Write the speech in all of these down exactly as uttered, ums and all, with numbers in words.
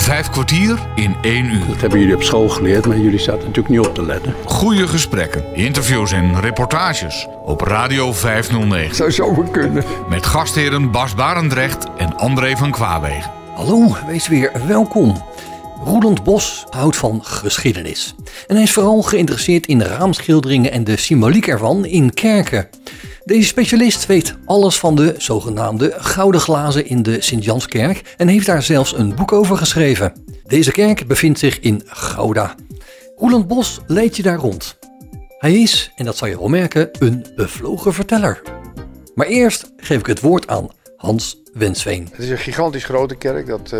Vijf kwartier in één uur. Dat hebben jullie op school geleerd, maar jullie zaten natuurlijk niet op te letten. Goede gesprekken, interviews en reportages op Radio vijfhonderdnegen. Zou zo kunnen. Met gastheren Bas Barendrecht en André van Kwaabegen. Hallo, wees weer welkom. Roeland Bos houdt van geschiedenis. En hij is vooral geïnteresseerd in raamschilderingen en de symboliek ervan in kerken. Deze specialist weet alles van de zogenaamde gouden glazen in de Sint-Janskerk en heeft daar zelfs een boek over geschreven. Deze kerk bevindt zich in Gouda. Roeland Bos leidt je daar rond. Hij is, en dat zal je wel merken, een bevlogen verteller. Maar eerst geef ik het woord aan Hans Wensveen. Het is een gigantisch grote kerk, dat uh,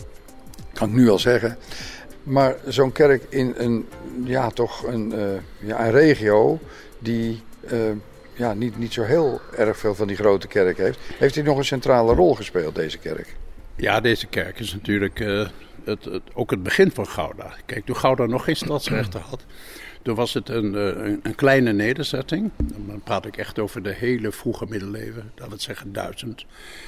kan ik nu al zeggen. Maar zo'n kerk in een, ja, toch een, uh, ja, een regio die uh, ja, niet, niet zo heel erg veel van die grote kerk heeft. Heeft hij nog een centrale rol gespeeld, deze kerk? Ja, deze kerk is natuurlijk uh, het, het, ook het begin van Gouda. Kijk, toen Gouda nog geen stadsrechten had, toen was het een, een, een kleine nederzetting. Dan praat ik echt over de hele vroege middeleeuwen, dat wil zeggen duizend.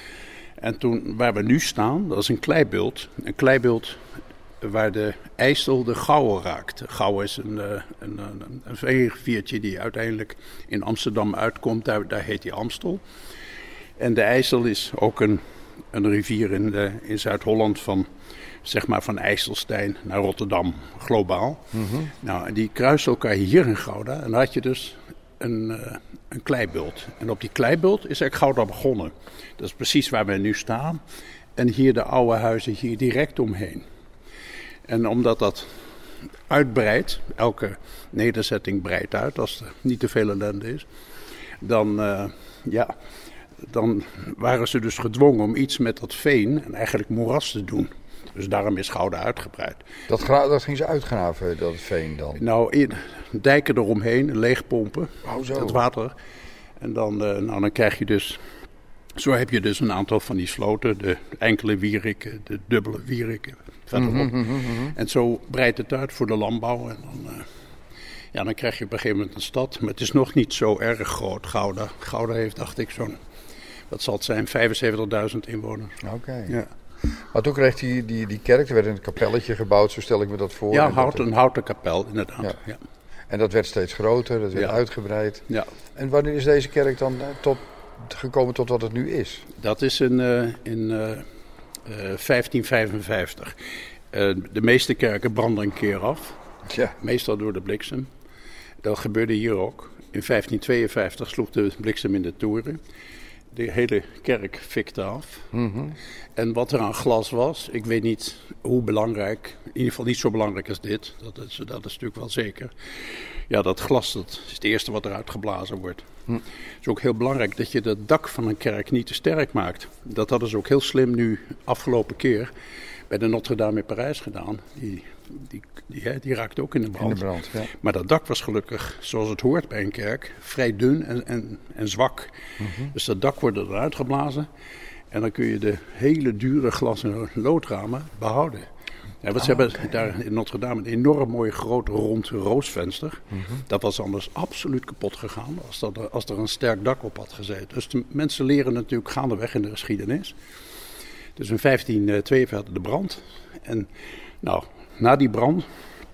En toen, waar we nu staan, dat is een kleibeeld. Een kleibeeld waar de IJssel de Gouwe raakt. Gouwe is een, een, een, een veenriviertje die uiteindelijk in Amsterdam uitkomt. Daar, daar heet die Amstel. En de IJssel is ook een, een rivier in, de, in Zuid-Holland van, zeg maar van IJsselstein naar Rotterdam, globaal. Mm-hmm. Nou, en die kruisen elkaar hier in Gouda. En dan had je dus een, uh, een kleibult. En op die kleibult is eigenlijk Gouda begonnen. Dat is precies waar we nu staan. En hier de oude huizen hier direct omheen. En omdat dat uitbreidt, elke nederzetting breidt uit als er niet te veel ellende is, dan, uh, ja, dan waren ze dus gedwongen om iets met dat veen en eigenlijk moeras te doen. Dus daarom is Gouda uitgebreid. Dat, gra- dat ging ze uitgraven, dat veen dan? Nou, in, dijken eromheen, leegpompen, oh, zo. Het water. En dan, uh, nou, dan krijg je dus, zo heb je dus een aantal van die sloten, de enkele wieriken, de dubbele wieriken. Mm-hmm, mm-hmm. En zo breidt het uit voor de landbouw. En dan, uh, ja, dan krijg je op een gegeven moment een stad. Maar het is nog niet zo erg groot, Gouda. Gouda heeft, dacht ik, zo'n, wat zal het zijn, vijfenzeventigduizend inwoners. Oké. Okay. Ja. Maar toen kreeg die, die, die kerk, er werd een kapelletje gebouwd, zo stel ik me dat voor. Ja, en hout, dat, een houten kapel, inderdaad. Ja. Ja. En dat werd steeds groter, dat werd ja. uitgebreid. Ja. En wanneer is deze kerk dan tot, gekomen tot wat het nu is? Dat is in, uh, in uh, uh, vijftien vijfenvijftig. Uh, de meeste kerken branden een keer af. Ja. Meestal door de bliksem. Dat gebeurde hier ook. In vijftien tweeënvijftig sloeg de bliksem in de toren. De hele kerk fikte af. Mm-hmm. En wat er aan glas was, ik weet niet hoe belangrijk. In ieder geval niet zo belangrijk als dit. Dat is, dat is natuurlijk wel zeker. Ja, dat glas, dat is het eerste wat eruit geblazen wordt. Hm. Het is ook heel belangrijk dat je het dak van een kerk niet te sterk maakt. Dat hadden ze ook heel slim nu afgelopen keer bij de Notre-Dame in Parijs gedaan. Die, die, die, die, die raakte ook in de brand. In de brand, ja. Maar dat dak was gelukkig, zoals het hoort bij een kerk, vrij dun en, en, en zwak. Mm-hmm. Dus dat dak wordt eruit geblazen. En dan kun je de hele dure glas- en loodramen behouden. Ja, want ze oh, hebben okay. daar in Notre-Dame een enorm mooi groot rond roosvenster. Mm-hmm. Dat was anders absoluut kapot gegaan als, dat, als er een sterk dak op had gezeten. Dus de mensen leren natuurlijk gaandeweg in de geschiedenis. Dus in vijftien tweeënveertig de brand. En nou, na die brand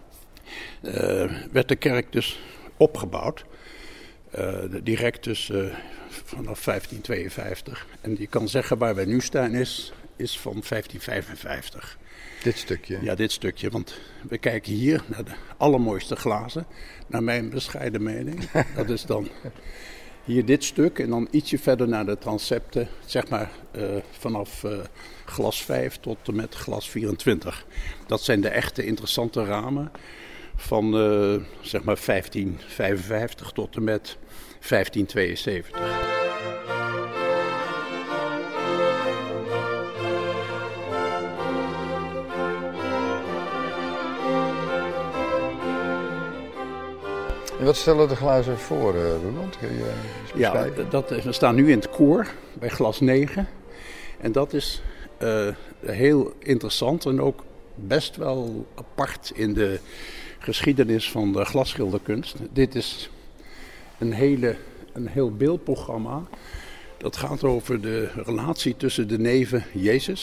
uh, werd de kerk dus opgebouwd. Uh, direct dus uh, vanaf vijftien tweeënvijftig. En je kan zeggen waar wij nu staan is, is van vijftien vijfenvijftig. Dit stukje? Ja, dit stukje. Want we kijken hier naar de allermooiste glazen. Naar mijn bescheiden mening. Dat is dan hier dit stuk. En dan ietsje verder naar de transepten. Zeg maar uh, vanaf uh, glas vijf tot en met glas vierentwintig. Dat zijn de echte interessante ramen. Van uh, zeg maar vijftien vijfenvijftig tot en met vijftien tweeënzeventig. En wat stellen de glazen voor, uh, Roeland? Kun je uh, ja, dat, we staan nu in het koor bij glas negen. En dat is uh, heel interessant en ook best wel apart in de geschiedenis van de glasschilderkunst. Dit is een, hele, een heel beeldprogramma. Dat gaat over de relatie tussen de neven Jezus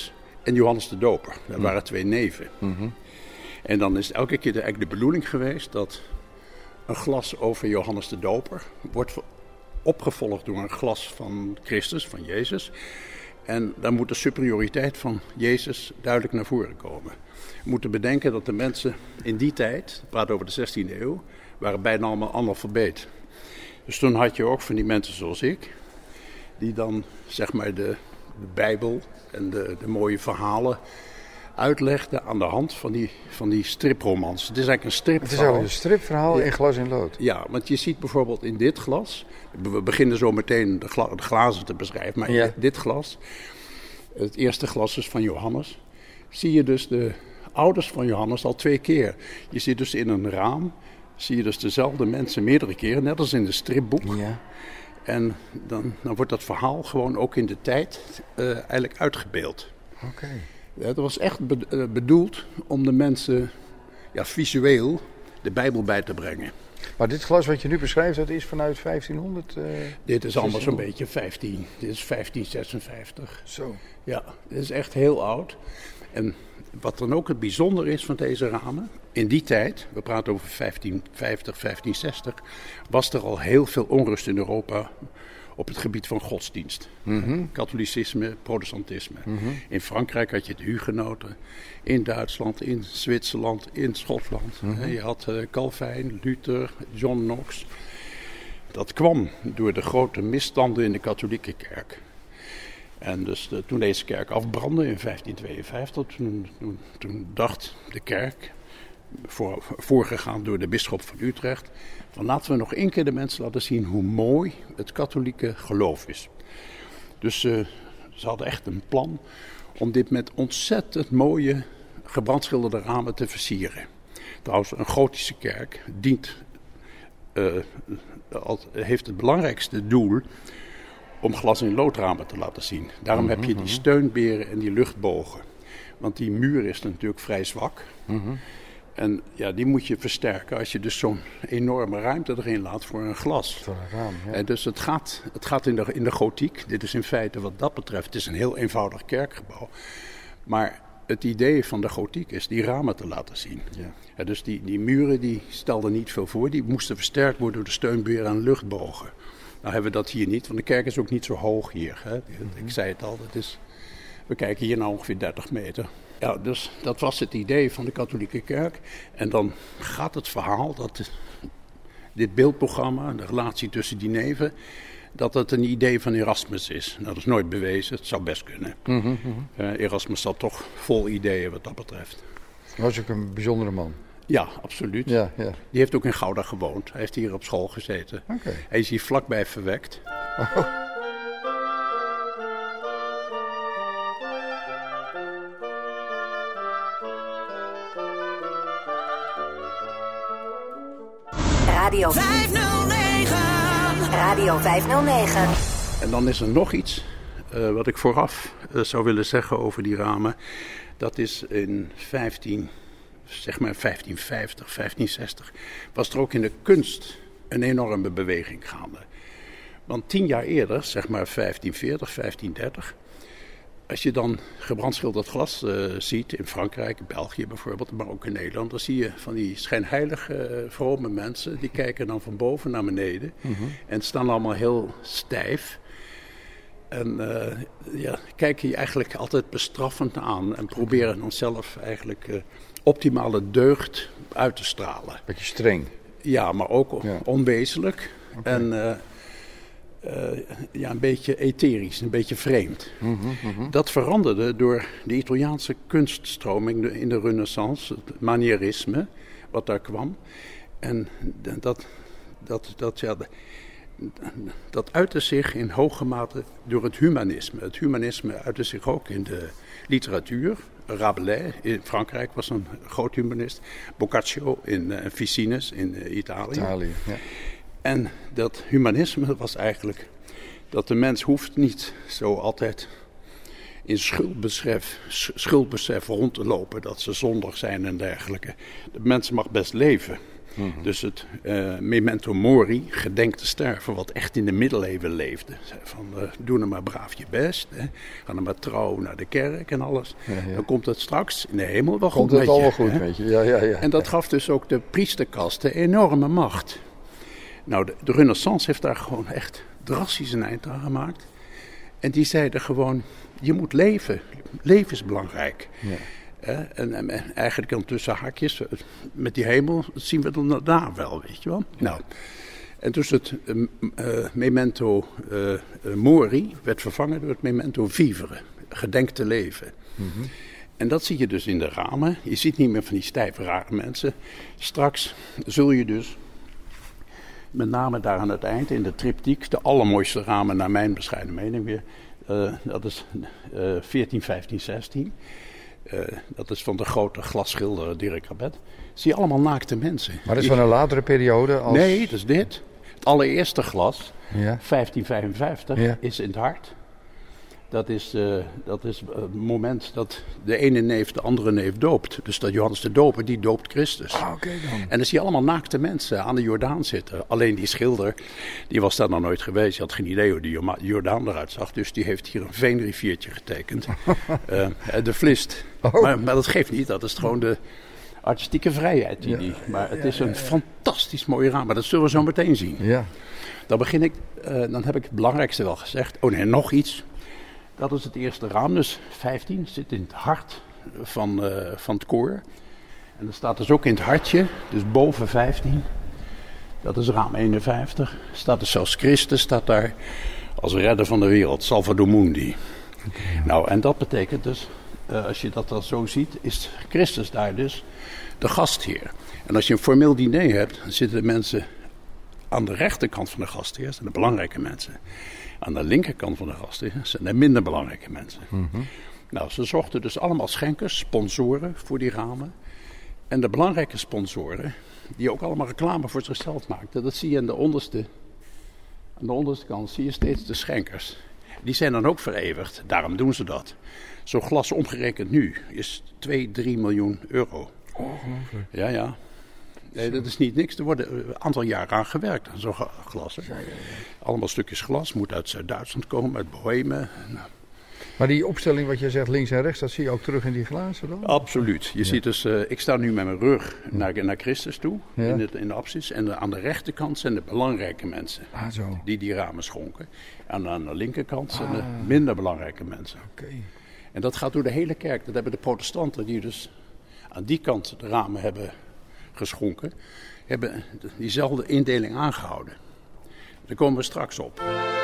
en Johannes de Doper. Dat waren twee neven. Mm-hmm. En dan is elke keer de, eigenlijk de bedoeling geweest dat een glas over Johannes de Doper wordt opgevolgd door een glas van Christus, van Jezus. En dan moet de superioriteit van Jezus duidelijk naar voren komen. We moeten bedenken dat de mensen in die tijd, ik praat over de zestiende eeuw, waren bijna allemaal analfabeet. Dus toen had je ook van die mensen zoals ik, die dan zeg maar de, de Bijbel en de, de mooie verhalen uitlegden aan de hand van die, van die stripromans. Het is eigenlijk een stripverhaal. Het is eigenlijk een stripverhaal in glas en lood. Ja, want je ziet bijvoorbeeld in dit glas, we beginnen zo meteen de, gla, de glazen te beschrijven, maar ja. in dit glas, het eerste glas is van Johannes, zie je dus de ouders van Johannes al twee keer. Je ziet dus in een raam, zie je dus dezelfde mensen meerdere keren, net als in de stripboek. Ja. En dan, dan wordt dat verhaal gewoon ook in de tijd uh, eigenlijk uitgebeeld. Oké. Okay. Ja, dat was echt be- uh, bedoeld om de mensen ja, visueel de Bijbel bij te brengen. Maar dit glas wat je nu beschrijft, dat is vanuit vijftienhonderd? Uh, dit is allemaal zo'n beetje vijftien. Dit is vijftien zesenvijftig. Zo. Ja, dit is echt heel oud. En wat dan ook het bijzonder is van deze ramen, in die tijd, we praten over vijftien vijftig, vijftien zestig, was er al heel veel onrust in Europa op het gebied van godsdienst. Mm-hmm. Katholicisme, protestantisme. Mm-hmm. In Frankrijk had je de Hugenoten, in Duitsland, in Zwitserland, in Schotland. Mm-hmm. Je had uh, Calvijn, Luther, John Knox. Dat kwam door de grote misstanden in de katholieke kerk. En dus de, toen deze kerk afbrandde in vijftien tweeënvijftig, toen, toen, toen dacht de kerk, voor, voorgegaan door de bisschop van Utrecht, van laten we nog één keer de mensen laten zien hoe mooi het katholieke geloof is. Dus uh, ze hadden echt een plan om dit met ontzettend mooie gebrandschilderde ramen te versieren. Trouwens, een gotische kerk dient, uh, heeft het belangrijkste doel om glas- en loodramen te laten zien. Daarom mm-hmm, heb je die steunberen en die luchtbogen. Want die muur is natuurlijk vrij zwak. Mm-hmm. En ja, die moet je versterken als je dus zo'n enorme ruimte erin laat voor een glas. Voor een raam, ja. En dus het gaat, het gaat in, de, in de gotiek. Dit is in feite wat dat betreft, het is een heel eenvoudig kerkgebouw. Maar het idee van de gotiek is die ramen te laten zien. Ja. Ja, dus die, die muren die stelden niet veel voor. Die moesten versterkt worden door de steunberen en luchtbogen. Nou hebben we dat hier niet, want de kerk is ook niet zo hoog hier. Hè. Mm-hmm. Ik zei het al, het is, we kijken hier nou ongeveer dertig meter. Ja, dus dat was het idee van de katholieke kerk. En dan gaat het verhaal dat dit beeldprogramma, de relatie tussen die neven, dat het een idee van Erasmus is. Nou, dat is nooit bewezen, het zou best kunnen. Mm-hmm, mm-hmm. Uh, Erasmus zat toch vol ideeën wat dat betreft. Hij was ook een bijzondere man. Ja, absoluut. Ja, ja. Die heeft ook in Gouda gewoond. Hij heeft hier op school gezeten. Okay. Hij is hier vlakbij verwekt. Oh. Radio vijfhonderdnegen. Radio vijfhonderdnegen. En dan is er nog iets uh, wat ik vooraf uh, zou willen zeggen over die ramen. Dat is in vijftien, zeg maar vijftien vijftig, vijftien zestig, was er ook in de kunst een enorme beweging gaande. Want tien jaar eerder, zeg maar vijftien veertig, vijftien dertig, als je dan gebrandschilderd glas uh, ziet in Frankrijk, België bijvoorbeeld, maar ook in Nederland, dan zie je van die schijnheilige, uh, vrome mensen, die kijken dan van boven naar beneden mm-hmm. en staan allemaal heel stijf. En uh, ja, kijken je eigenlijk altijd bestraffend aan en proberen dan zelf eigenlijk uh, optimale deugd uit te stralen. Beetje streng. Ja, maar ook ja. onwezenlijk. Okay. En uh, uh, ja, een beetje etherisch, een beetje vreemd. Mm-hmm, mm-hmm. Dat veranderde door de Italiaanse kunststroming in de Renaissance, het manierisme, wat daar kwam. En dat, dat, dat, ja, dat uitte zich in hoge mate door het humanisme. Het humanisme uitte zich ook in de literatuur. Rabelais in Frankrijk was een groot humanist. Boccaccio in uh, Ficinus in uh, Italië. Italië ja. En dat humanisme was eigenlijk dat de mens hoeft niet zo altijd in schuldbesef, schuldbesef rond te lopen. Dat ze zondig zijn en dergelijke. De mens mag best leven. Mm-hmm. Dus het uh, memento mori, gedenk te sterven, wat echt in de middeleeuwen leefde. Van, uh, doe nou maar braaf je best, hè. Ga nou maar trouw naar de kerk en alles. Ja, ja. Dan komt het straks in de hemel wel komt goed het met allemaal je. Goed met je. Ja, ja, ja. En dat gaf dus ook de priesterkasten enorme macht. Nou, de, de Renaissance heeft daar gewoon echt drastisch een eind aan gemaakt. En die zeiden gewoon, je moet leven. Leven is belangrijk. Ja. Uh, en, en, en eigenlijk dan tussen haakjes, met die hemel, zien we dan daarna wel, weet je wel. Ja. Nou, en dus het uh, uh, memento uh, uh, mori werd vervangen door het memento vivere, gedenk te leven. Mm-hmm. En dat zie je dus in de ramen. Je ziet niet meer van die stijve, rare mensen. Straks zul je dus, met name daar aan het eind, in de triptiek, de allermooiste ramen naar mijn bescheiden mening weer, uh, dat is uh, veertien, vijftien, zestien. Uh, dat is van de grote glasschilder Dirk Rabet. Zie je allemaal naakte mensen. Maar dat is van een latere periode? Als... Nee, dat is dit. Het allereerste glas, ja. vijftien vijfenvijftig, ja. is in het hart. Dat is, uh, dat is het moment dat de ene neef de andere neef doopt. Dus dat Johannes de Doper, die doopt Christus. Ah, okay, dan. En dan zie je allemaal naakte mensen aan de Jordaan zitten. Alleen die schilder, die was daar nog nooit geweest. Die had geen idee hoe die Jordaan eruit zag. Dus die heeft hier een veenriviertje getekend. uh, de Vlist. Oh. Maar, maar dat geeft niet, dat is gewoon de artistieke vrijheid. Die, ja, die. Maar het ja, is een ja, ja. fantastisch mooie raam. Maar dat zullen we zo meteen zien. Ja. Dan begin ik, uh, dan heb ik het belangrijkste wel gezegd. Oh nee, nog iets. Dat is het eerste raam, dus vijftien, zit in het hart van, uh, van het koor. En dat staat dus ook in het hartje, dus boven vijftien. Dat is raam eenenvijftig. Staat dus zelfs Christus, staat daar als redder van de wereld, Salvator Mundi. Okay. Nou, en dat betekent dus, uh, als je dat dan zo ziet, is Christus daar dus de gastheer. En als je een formeel diner hebt, dan zitten de mensen aan de rechterkant van de gastheer, dat zijn de belangrijke mensen. Aan de linkerkant van de gasten zijn er minder belangrijke mensen. Mm-hmm. Nou, ze zochten dus allemaal schenkers, sponsoren voor die ramen. En de belangrijke sponsoren, die ook allemaal reclame voor zichzelf maakten, dat zie je aan de onderste, aan de onderste kant, zie je steeds de schenkers. Die zijn dan ook vereeuwigd, daarom doen ze dat. Zo'n glas omgerekend nu is twee, drie miljoen euro. Ongelooflijk. Ja, ja. Nee, dat is niet niks. Er worden een aantal jaren aan gewerkt aan zo'n glas. Ja, ja, ja. Allemaal stukjes glas. Moet uit Zuid-Duitsland komen, uit Bohemen. Nou. Maar die opstelling wat jij zegt links en rechts, dat zie je ook terug in die glazen dan? Absoluut. Je ja. ziet dus, uh, ik sta nu met mijn rug naar, naar Christus toe, ja. in, het, in de apsis. En aan de rechterkant zijn de belangrijke mensen ah, zo. die die ramen schonken. En aan de linkerkant zijn de ah. minder belangrijke mensen. Okay. En dat gaat door de hele kerk. Dat hebben de protestanten die dus aan die kant de ramen hebben geschonken, hebben diezelfde indeling aangehouden. Daar komen we straks op.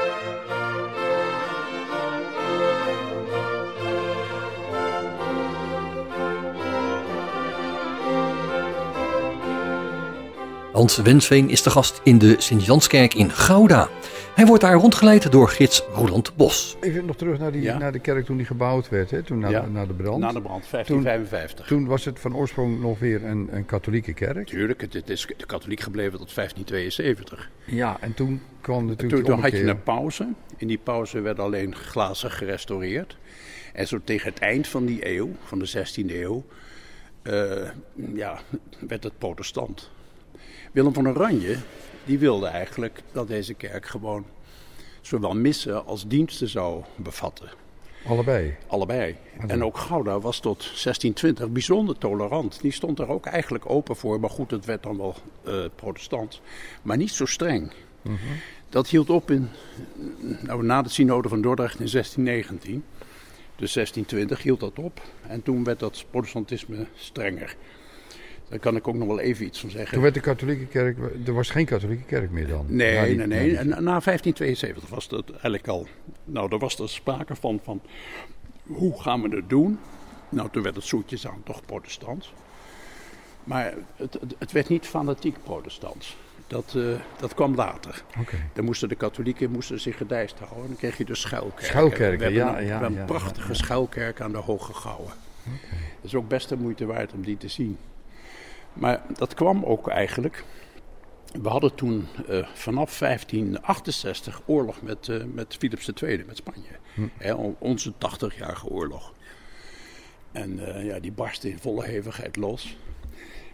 Hans Wensveen is de gast in de Sint-Janskerk in Gouda. Hij wordt daar rondgeleid door gids Roeland Bos. Even nog terug naar, die, ja? naar de kerk toen die gebouwd werd, hè? Toen na, ja. na de brand. Na de brand, vijftien vijfenvijftig. Toen, toen was het van oorsprong nog weer een, een katholieke kerk. Tuurlijk, het, het is katholiek gebleven tot vijftien tweeënzeventig. Ja, en toen kwam natuurlijk Toen, toen had je een pauze. In die pauze werden alleen glazen gerestaureerd. En zo tegen het eind van die eeuw, van de zestiende eeuw, uh, ja, werd het protestant. Willem van Oranje, die wilde eigenlijk dat deze kerk gewoon zowel missen als diensten zou bevatten. Allebei? Allebei. Allebei. En ook Gouda was tot zestien twintig bijzonder tolerant. Die stond er ook eigenlijk open voor, maar goed, het werd dan wel uh, protestant. Maar niet zo streng. Mm-hmm. Dat hield op in, nou, na de synode van Dordrecht in zestien negentien. Dus zestien twintig hield dat op. En toen werd dat protestantisme strenger. Daar kan ik ook nog wel even iets van zeggen. Toen werd de katholieke kerk, er was geen katholieke kerk meer dan? Nee, die, nee, nee. En na vijftien tweeënzeventig was dat eigenlijk al. Nou, er was er sprake van, van hoe gaan we het doen? Nou, toen werd het zoetjes aan toch protestants. Maar het, het werd niet fanatiek protestants. Dat, uh, dat kwam later. Okay. Dan moesten de katholieken moesten zich gedijst houden. Dan kreeg je de schuilkerk. Schuilkerken, we hebben ja. een, ja, we hebben ja, een prachtige ja, ja. schuilkerk aan de Hoge Gouwen. Okay. Het is ook best de moeite waard om die te zien. Maar dat kwam ook eigenlijk. We hadden toen uh, vanaf vijftien achtenzestig oorlog met, uh, met Philips de Tweede, met Spanje. Hm. He, onze tachtigjarige oorlog. En uh, ja, die barstte in volle hevigheid los.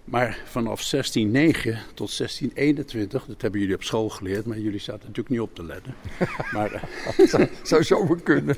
Maar vanaf zestien negen tot zestien eenentwintig, dat hebben jullie op school geleerd, maar jullie zaten natuurlijk niet op te letten. Maar, zou, zou zomaar kunnen.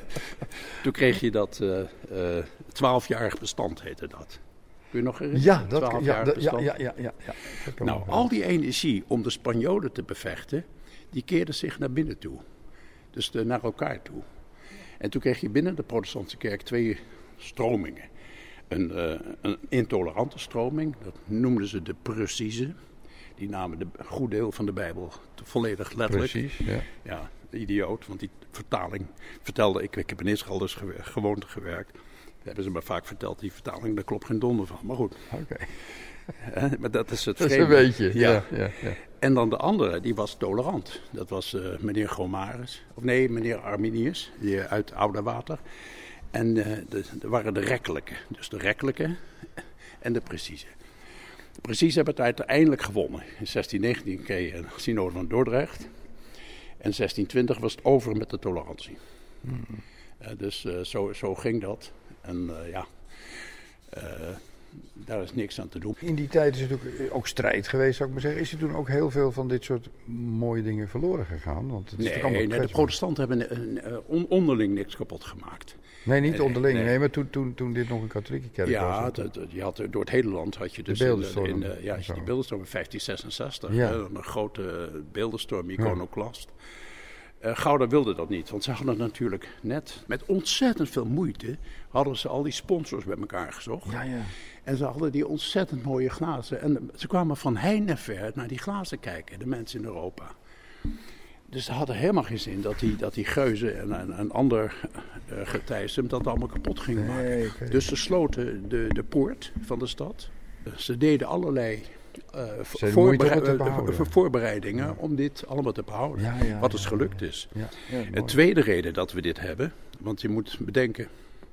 Toen kreeg je dat twaalfjarig uh, uh, bestand, heette dat. Kun je nog herinneren? Ja, dat, ja, dat, ja, ja, ja, ja, ja. Nou, al die energie om de Spanjolen te bevechten, die keerde zich naar binnen toe. Dus de, naar elkaar toe. En toen kreeg je binnen de protestantse kerk twee stromingen. Een, uh, een intolerante stroming, dat noemden ze de precieze. Die namen de, een goed deel van de Bijbel volledig letterlijk. Precies, ja. Ja, idioot, want die vertaling vertelde ik. Ik heb in Israël dus gewer, gewoond gewerkt. Daar hebben ze me vaak verteld, die vertaling, daar klopt geen donder van. Maar goed. Oké. Okay. Maar dat is het dat vreemde. is een beetje, ja. ja, ja, ja. En dan de andere, die was tolerant. Dat was uh, meneer Gomarus, of nee, meneer Arminius, die, uit Ouderwater. En uh, de, de waren de rekkelijke, dus de rekkelijke en de precieze. De precieze hebben het uiteindelijk gewonnen. In zestien negentien kreeg je een synode van Dordrecht. En zestien twintig was het over met de tolerantie. Mm. Uh, dus uh, zo, zo ging dat. En uh, ja, uh, daar is niks aan te doen. In die tijd is het ook, ook strijd geweest, zou ik maar zeggen. Is er toen ook heel veel van dit soort mooie dingen verloren gegaan? Want het is nee, nee, de protestanten hebben uh, on, onderling niks kapot gemaakt. Nee, niet onderling. Nee, nee maar toen, toen, toen dit nog een katholieke kerk ja, was. Ja, je had door het hele land had je dus de beeldenstorm. In, in, uh, ja, die beeldenstorm in vijftien zesenzestig. Ja. Uh, een grote beeldenstorm, iconoclast. Ja. Uh, Gouda wilde dat niet, want ze hadden natuurlijk net met ontzettend veel moeite hadden ze al die sponsors bij elkaar gezocht. Ja, ja. En ze hadden die ontzettend mooie glazen. En ze kwamen van heinde en ver naar die glazen kijken, de mensen in Europa. Dus ze hadden helemaal geen zin dat die, dat die geuzen en een, een ander uh, getijsem dat allemaal kapot gingen maken. Nee, okay. Dus ze sloten de, de poort van de stad. Ze deden allerlei uh, voorbere- uh, voorbereidingen ja. om dit allemaal te behouden. Ja, ja, wat dus ja, gelukt ja. is. Ja, ja, een tweede reden dat we dit hebben, want je moet bedenken,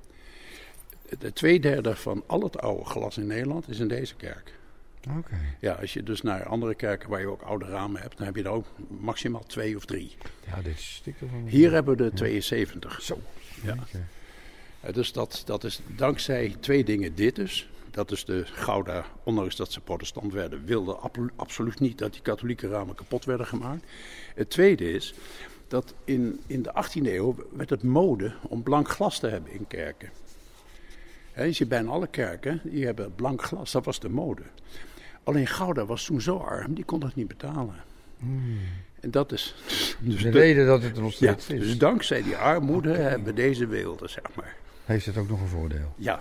de tweederde van al het oude glas in Nederland is in deze kerk. Okay. Ja, als je dus naar andere kerken waar je ook oude ramen hebt, dan heb je er ook maximaal twee of drie. Ja, dit is stiekem van... Hier hebben we er tweeënzeventig. Zo. Ja. Ja, dus dat, dat is dankzij twee dingen dit dus. Dat is de Gouda, ondanks dat ze protestant werden, wilde ab- absoluut niet dat die katholieke ramen kapot werden gemaakt. Het tweede is dat in, in de achttiende eeuw werd het mode om blank glas te hebben in kerken. He, je ziet bijna alle kerken, die hebben blank glas, dat was de mode. Alleen Gouda was toen zo arm, die kon dat niet betalen. Hmm. En dat is dus de, de reden dat het er nog steeds ja, is. Dus dankzij die armoede okay. hebben deze weelde, zeg maar. Heeft het ook nog een voordeel? Ja.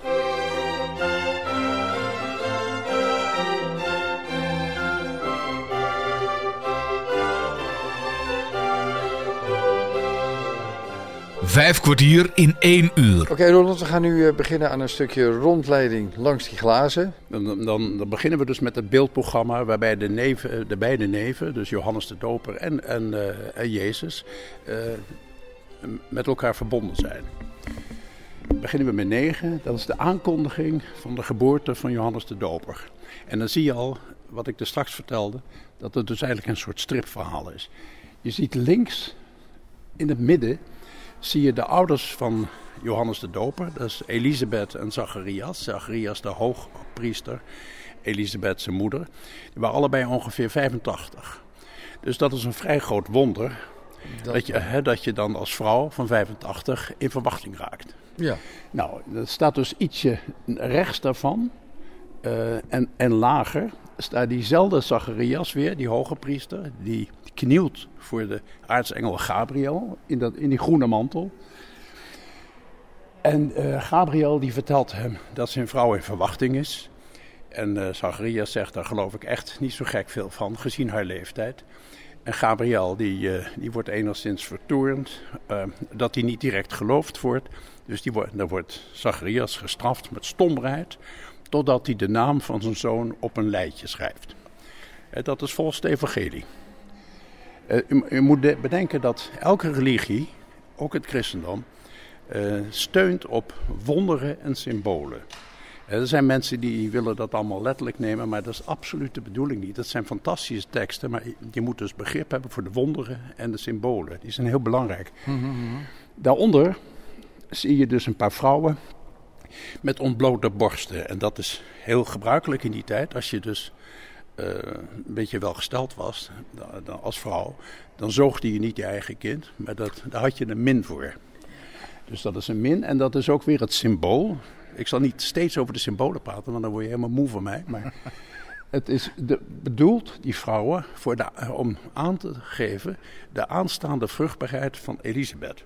Vijf kwartier in één uur. Oké, okay, Roland, we gaan nu uh, beginnen aan een stukje rondleiding langs die glazen. Dan, dan, dan beginnen we dus met het beeldprogramma waarbij de, neven, de beide neven, dus Johannes de Doper en, en, uh, en Jezus, uh, met elkaar verbonden zijn. Dan beginnen we met negen, dat is de aankondiging van de geboorte van Johannes de Doper. En dan zie je al, wat ik er straks vertelde, dat het dus eigenlijk een soort stripverhaal is. Je ziet links in het midden zie je de ouders van Johannes de Doper. Dat is Elisabeth en Zacharias. Zacharias de hoogpriester, Elisabeth zijn moeder. Die waren allebei ongeveer vijfentachtig. Dus dat is een vrij groot wonder. Dat, dat, je, hè, dat je dan als vrouw van vijfentachtig in verwachting raakt. Ja. Nou, dat staat dus ietsje rechts daarvan. Uh, en, en lager staat diezelfde Zacharias weer, die hoge priester, die knielt voor de aartsengel Gabriel in, dat, in die groene mantel. En uh, Gabriel die vertelt hem dat zijn vrouw in verwachting is. En uh, Zacharias zegt, daar geloof ik echt niet zo gek veel van, gezien haar leeftijd. En Gabriel die, uh, die wordt enigszins vertoornd, uh, dat hij niet direct geloofd wordt. Dus die wordt, dan wordt Zacharias gestraft met stomheid, totdat hij de naam van zijn zoon op een leidje schrijft. Uh, dat is volgens de evangelie. Uh, u, u moet de, bedenken dat elke religie, ook het christendom, uh, steunt op wonderen en symbolen. Uh, er zijn mensen die willen dat allemaal letterlijk nemen, maar dat is absoluut de bedoeling niet. Dat zijn fantastische teksten, maar je moet dus begrip hebben voor de wonderen en de symbolen. Die zijn heel belangrijk. Mm-hmm. Daaronder zie je dus een paar vrouwen met ontblote borsten. En dat is heel gebruikelijk in die tijd. Als je dus uh, een beetje welgesteld was dan, dan als vrouw, dan zoogde je niet je eigen kind. Maar dat, daar had je een min voor. Dus dat is een min en dat is ook weer het symbool. Ik zal niet steeds over de symbolen praten, want dan word je helemaal moe van mij. Maar het is de, bedoeld, die vrouwen, voor de, om aan te geven de aanstaande vruchtbaarheid van Elisabeth.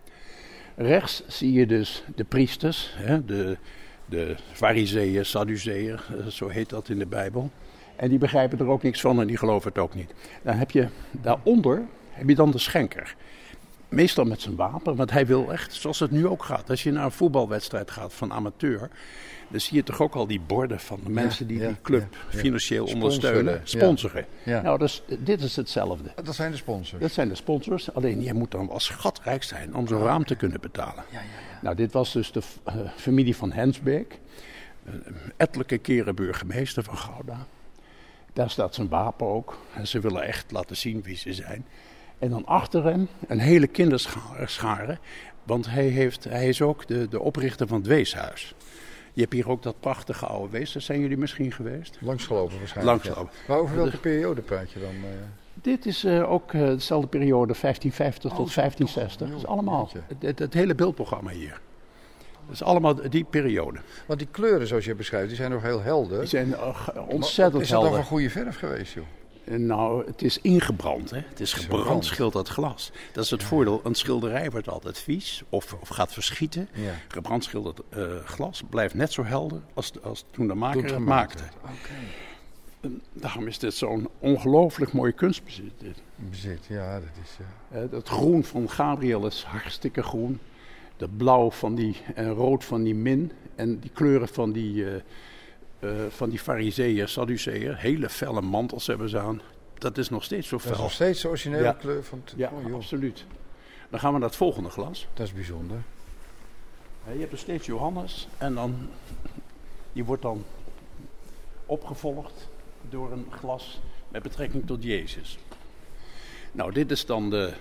Rechts zie je dus de priesters, hè, de, de farizeeën, sadduceeën, zo heet dat in de Bijbel. En die begrijpen er ook niks van en die geloven het ook niet. Dan heb je daaronder heb je dan de schenker. Meestal met zijn wapen, want hij wil echt, zoals het nu ook gaat. Als je naar een voetbalwedstrijd gaat van amateur, dan zie je toch ook al die borden van de mensen die ja, ja, die club ja, ja. financieel sponsoren, ondersteunen, sponsoren. Ja. Ja. Nou, dus, dit is hetzelfde. Dat zijn de sponsors. Dat zijn de sponsors, alleen jij moet dan wel schatrijk zijn om zo'n oh, raam okay. te kunnen betalen. Ja, ja, ja. Nou, dit was dus de uh, familie van Hensbeek, uh, ettelijke keren burgemeester van Gouda. Daar staat zijn wapen ook en ze willen echt laten zien wie ze zijn. En dan achter hem een hele kinderschare, want hij, heeft, hij is ook de, de oprichter van het weeshuis. Je hebt hier ook dat prachtige oude weeshuis. Zijn jullie misschien geweest? Langsgelopen waarschijnlijk. Langsgelopen. Ja. Maar over welke periode praat je dan? Uh... Dit is uh, ook uh, dezelfde periode, vijftien vijftig oh, tot vijftien zestig. Dat is allemaal het, het, het hele beeldprogramma hier. Dat is allemaal die periode. Want die kleuren zoals je beschrijft, die zijn nog heel helder. Die zijn uh, ontzettend helder. Is dat nog een goede verf geweest, joh? Nou, het is ingebrand. Hè? Het is gebrand, schilderd glas. Dat is het ja. voordeel. Een schilderij wordt altijd vies of, of gaat verschieten. Ja. Gebrand schilderd uh, glas blijft net zo helder als, als toen de maker het maakte. Okay. Daarom is dit zo'n ongelooflijk mooi kunstbezit. Dit. Bezit, ja, dat is... Uh... Uh, het groen van Gabriel is hartstikke groen. De blauw van die en rood van die min. En die kleuren van die... Uh, Uh, van die farizeeën, sadduceeën, hele felle mantels hebben ze aan. Dat is nog steeds zo fel. Dat is nog steeds de originele ja. kleur van het... Ja, oh, absoluut. Dan gaan we naar het volgende glas. Dat is bijzonder. Uh, je hebt dus steeds Johannes en dan... Die wordt dan opgevolgd door een glas met betrekking tot Jezus. Nou, dit is dan de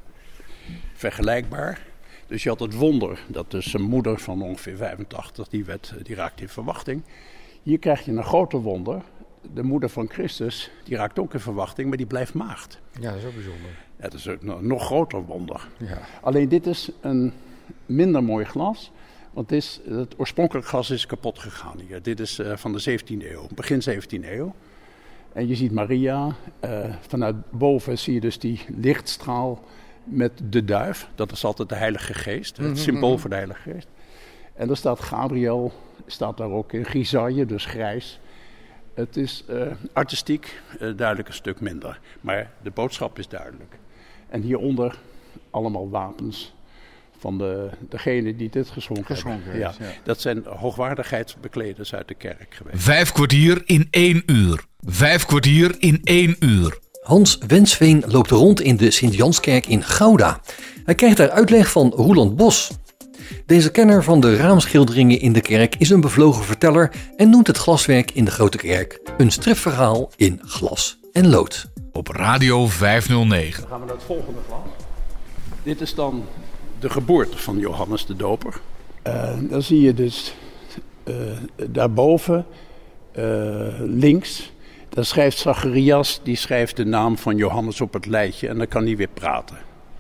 vergelijkbaar. Dus je had het wonder dat dus een moeder van ongeveer vijfentachtig, die, werd, die raakte in verwachting. Hier krijg je een groter wonder. De moeder van Christus, die raakt ook in verwachting, maar die blijft maagd. Ja, dat is ook bijzonder. Ja, dat is een nog groter wonder. Ja. Alleen dit is een minder mooi glas, want het, is, het oorspronkelijk glas is kapot gegaan hier. Dit is uh, van de zeventiende eeuw, begin zeventiende eeuw. En je ziet Maria, uh, vanuit boven zie je dus die lichtstraal met de duif. Dat is altijd de Heilige Geest, het symbool voor de Heilige Geest. En daar staat Gabriel, staat daar ook in grisaille, dus grijs. Het is uh, artistiek uh, duidelijk een stuk minder, maar de boodschap is duidelijk. En hieronder allemaal wapens van de, degene die dit geschonken, geschonken hebben. Ja. Ja. Dat zijn hoogwaardigheidsbekleders uit de kerk geweest. Vijf kwartier in één uur. Vijf kwartier in één uur. Hans Wensveen loopt rond in de Sint-Janskerk in Gouda. Hij krijgt daar uitleg van Roeland Bos. Deze kenner van de raamschilderingen in de kerk is een bevlogen verteller en noemt het glaswerk in de Grote Kerk een stripverhaal in glas en lood. Op Radio vijfhonderdnegen. Dan gaan we naar het volgende glas. Dit is dan de geboorte van Johannes de Doper. Uh, dan zie je dus uh, daarboven uh, links... Dan schrijft Zacharias, die schrijft de naam van Johannes op het lijstje en dan kan hij weer praten.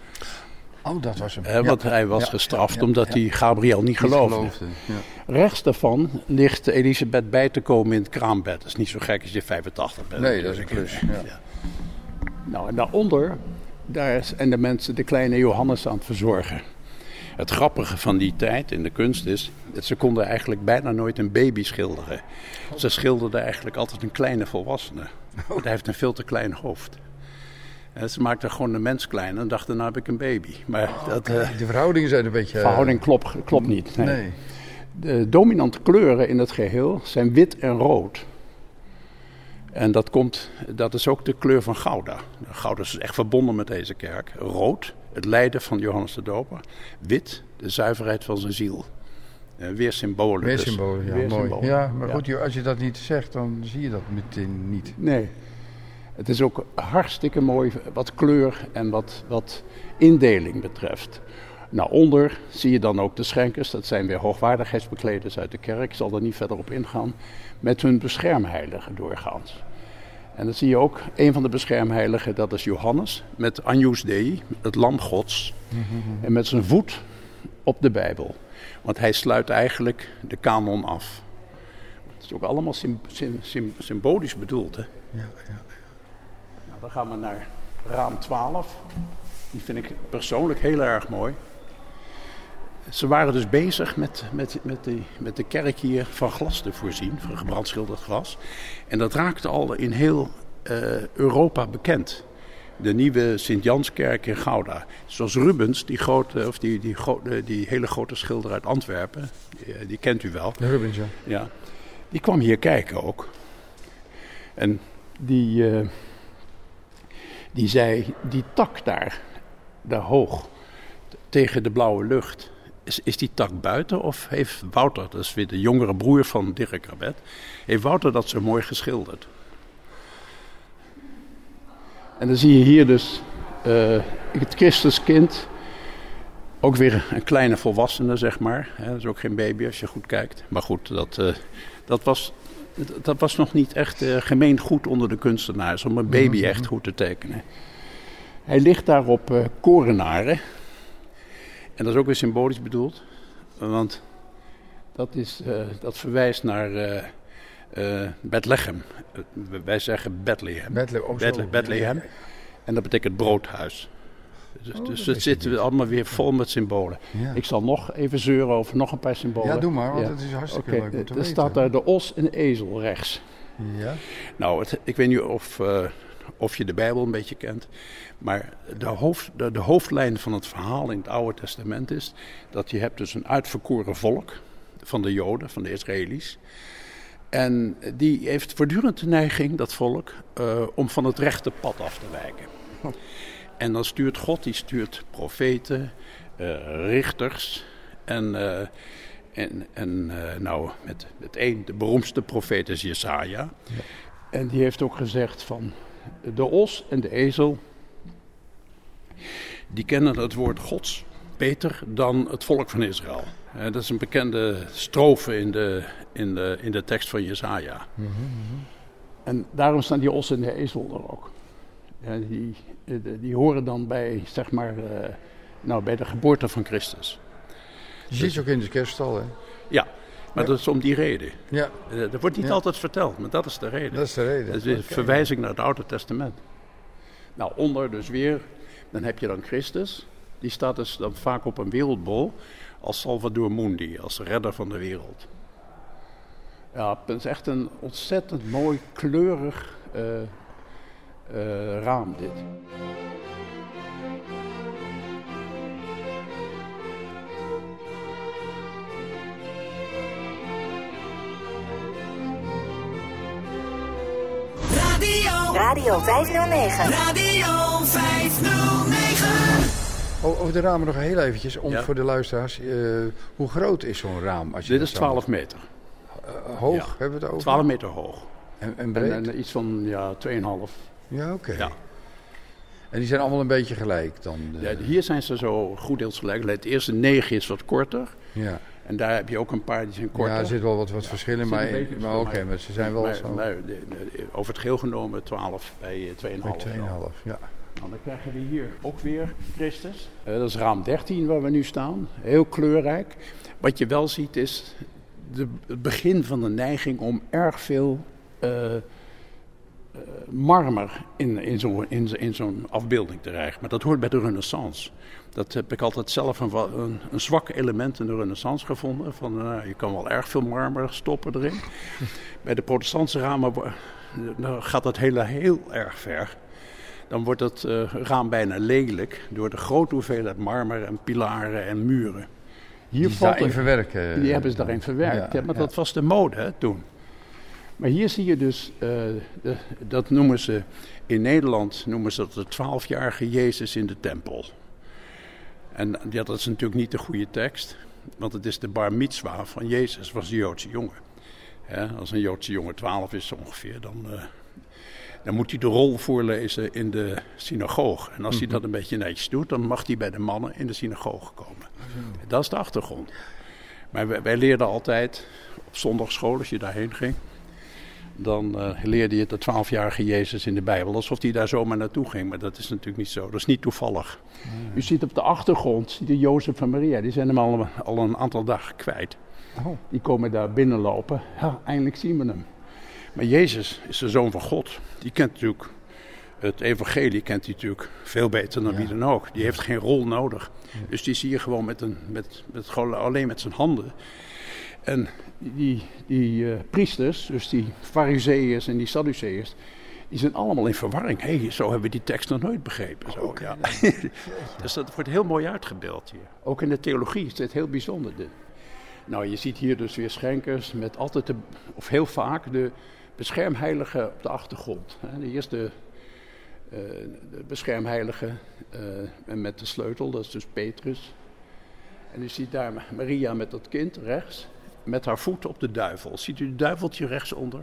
Oh, dat was hem. Eh, want ja, hij was ja, gestraft ja, ja, omdat ja. hij Gabriel niet, niet geloofde. geloofde ja. Rechts daarvan ligt Elisabeth bij te komen in het kraambed. Dat is niet zo gek als je vijfentachtig bent. Nee, dat is een klus. Ja. Ja. Nou, en daaronder, daar zijn de mensen de kleine Johannes aan het verzorgen. Het grappige van die tijd in de kunst is dat ze konden eigenlijk bijna nooit een baby schilderen. Ze schilderden eigenlijk altijd een kleine volwassene. Want hij heeft een veel te klein hoofd. En ze maakten gewoon een mens klein en dachten, nou heb ik een baby. Maar oh, dat, uh, de verhoudingen zijn een beetje... De verhouding klopt, klopt niet. Nee. Nee. De dominante kleuren in het geheel zijn wit en rood. En dat, komt, dat is ook de kleur van Gouda. Gouda is echt verbonden met deze kerk. Rood, het lijden van Johannes de Doper. Wit, de zuiverheid van zijn ziel. Uh, weer symbolen. Weer dus. symbolen, ja, weer mooi. Symbolen. Ja, maar goed, ja. Als je dat niet zegt, dan zie je dat meteen niet. Nee. Het is ook hartstikke mooi wat kleur en wat, wat indeling betreft. Nou, onder zie je dan ook de schenkers. Dat zijn weer hoogwaardigheidsbekleders uit de kerk. Ik zal er niet verder op ingaan. Met hun beschermheiligen doorgaans. En dan zie je ook een van de beschermheiligen, dat is Johannes. Met Agnus Dei, het lam Gods. Mm-hmm. En met zijn voet op de Bijbel. Want hij sluit eigenlijk de kanon af. Het is ook allemaal sym- sym- sym- symbolisch bedoeld, hè? Ja, ja, ja. Nou, dan gaan we naar raam twaalf. Die vind ik persoonlijk heel erg mooi. Ze waren dus bezig met, met, met, de, met de kerk hier van glas te voorzien, van gebrandschilderd glas. En dat raakte al in heel uh, Europa bekend. De nieuwe Sint-Janskerk in Gouda. Zoals Rubens, die, grote, of die, die, die, die hele grote schilder uit Antwerpen, die, die kent u wel. De Rubens, ja. Ja. Die kwam hier kijken ook. En die, uh, die zei, die tak daar, daar hoog, tegen de blauwe lucht. Is, is die tak buiten of heeft Wouter, dat is weer de jongere broer van Dirk Rabet, heeft Wouter dat zo mooi geschilderd? En dan zie je hier dus uh, het Christuskind, ook weer een kleine volwassene, zeg maar. He, dat is ook geen baby als je goed kijkt. Maar goed, dat, uh, dat, was, dat was nog niet echt uh, gemeen goed onder de kunstenaars om een baby echt goed te tekenen. Hij ligt daar op uh, korenaren. En dat is ook weer symbolisch bedoeld, want dat, is, uh, dat verwijst naar uh, uh, Bethlehem. Uh, wij zeggen Bethlehem. Bethlehem, oh, Bethlehem. Bethlehem. En dat betekent broodhuis. Dus, oh, dus het zit niet. allemaal weer vol met symbolen. Ja. Ik zal nog even zeuren over nog een paar symbolen. Ja, doe maar, want ja. het is hartstikke okay, leuk om te Er weten. staat daar de os en de ezel rechts. Ja. Nou, het, ik weet niet of... Uh, Of je de Bijbel een beetje kent. Maar de, hoofd, de, de hoofdlijn van het verhaal in het Oude Testament is dat je hebt dus een uitverkoren volk van de Joden, van de Israëli's. En die heeft voortdurend de neiging, dat volk, uh, om van het rechte pad af te wijken. En dan stuurt God, die stuurt profeten, uh, richters en... Uh, En, en uh, nou, met, met één, de beroemdste profeet is Jesaja. Ja. En die heeft ook gezegd van de os en de ezel, die kennen het woord Gods beter dan het volk van Israël. Uh, dat is een bekende strofe in de, in de, in de tekst van Jesaja. Mm-hmm. En daarom staan die os en de ezel er ook. Ja, die, die, die horen dan bij, zeg maar, uh, nou, bij de geboorte van Christus. Je ziet ze ook in de kerststal, hè? Ja, maar ja. dat is om die reden. Ja. Uh, dat wordt niet ja. altijd verteld, maar dat is de reden. Dat is de reden. Dat is een okay. verwijzing naar het Oude Testament. Nou, onder dus weer, dan heb je dan Christus. Die staat dus dan vaak op een wereldbol als Salvator Mundi, als redder van de wereld. Ja, het is echt een ontzettend mooi, kleurig uh, uh, raam dit. Radio vijfhonderdnegen. Radio vijfhonderdnegen. Over de ramen nog heel eventjes, om ja. voor de luisteraars. Uh, hoe groot is zo'n raam? Als je Dit is twaalf meter. Uh, hoog ja. hebben we het over? twaalf meter hoog. En, en breed? En, en iets van ja, twee komma vijf. Ja, oké. Okay. Ja. En die zijn allemaal een beetje gelijk dan? De... Ja, hier zijn ze zo goed deels gelijk. Het eerste negen is wat korter. Ja. En daar heb je ook een paar die zijn korter. Ja, er zit wel wat, wat ja, verschillen, maar, maar oké, okay, maar ze zijn wel maar, zo... Maar, de, de, over het geheel genomen twaalf bij twee komma vijf. twee komma vijf, ja. Nou, dan krijgen we hier ook weer Christus. Uh, dat is raam dertien waar we nu staan. Heel kleurrijk. Wat je wel ziet is de, het begin van de neiging om erg veel uh, uh, marmer in, in, zo, in, in zo'n afbeelding te krijgen. Maar dat hoort bij de Renaissance. Dat heb ik altijd zelf een, een, een zwak element in de Renaissance gevonden. Van, uh, je kan wel erg veel marmer stoppen erin. Bij de protestantse ramen dan gaat dat hele heel erg ver. Dan wordt het uh, raam bijna lelijk door de grote hoeveelheid marmer en pilaren en muren. Hier die daarin verwerken. Die hebben ze daarin verwerkt. Ja, ja, maar ja. dat was de mode hè, toen. Maar hier zie je dus, uh, de, dat noemen ze in Nederland, noemen ze dat de twaalfjarige Jezus in de tempel. En ja, dat is natuurlijk niet de goede tekst, want het is de bar mitzwa van Jezus, was een Joodse jongen. Ja, als een Joodse jongen twaalf is ongeveer, dan, uh, dan moet hij de rol voorlezen in de synagoge. En als hij dat een beetje netjes doet, dan mag hij bij de mannen in de synagoge komen. Dat is de achtergrond. Maar wij, wij leerden altijd op zondagschool, als je daarheen ging, dan uh, leerde je de twaalfjarige Jezus in de Bijbel, alsof hij daar zomaar naartoe ging. Maar dat is natuurlijk niet zo, dat is niet toevallig. Mm. U ziet op de achtergrond, ziet de Jozef en Maria, die zijn hem al, al een aantal dagen kwijt. Oh. Die komen daar binnenlopen, ja, eindelijk zien we hem. Maar Jezus is de Zoon van God. Die kent natuurlijk, het evangelie kent hij natuurlijk veel beter dan ja. wie dan ook. Die heeft geen rol nodig. Ja. Dus die zie je gewoon met een, met, met, gewoon alleen met zijn handen. En die, die uh, priesters, dus die farizeeërs en die sadduceërs, die zijn allemaal in verwarring. Hé, hey, zo hebben we die tekst nog nooit begrepen. Zo, okay. ja. Dus dat wordt heel mooi uitgebeeld hier. Ook in de theologie is dit heel bijzonder. Dit. Nou, je ziet hier dus weer schenkers met altijd, de, of heel vaak, de beschermheilige op de achtergrond. De eerste uh, de beschermheilige uh, met de sleutel, dat is dus Petrus. En u ziet daar Maria met dat kind rechts, met haar voet op de duivel. Ziet u het duiveltje rechtsonder?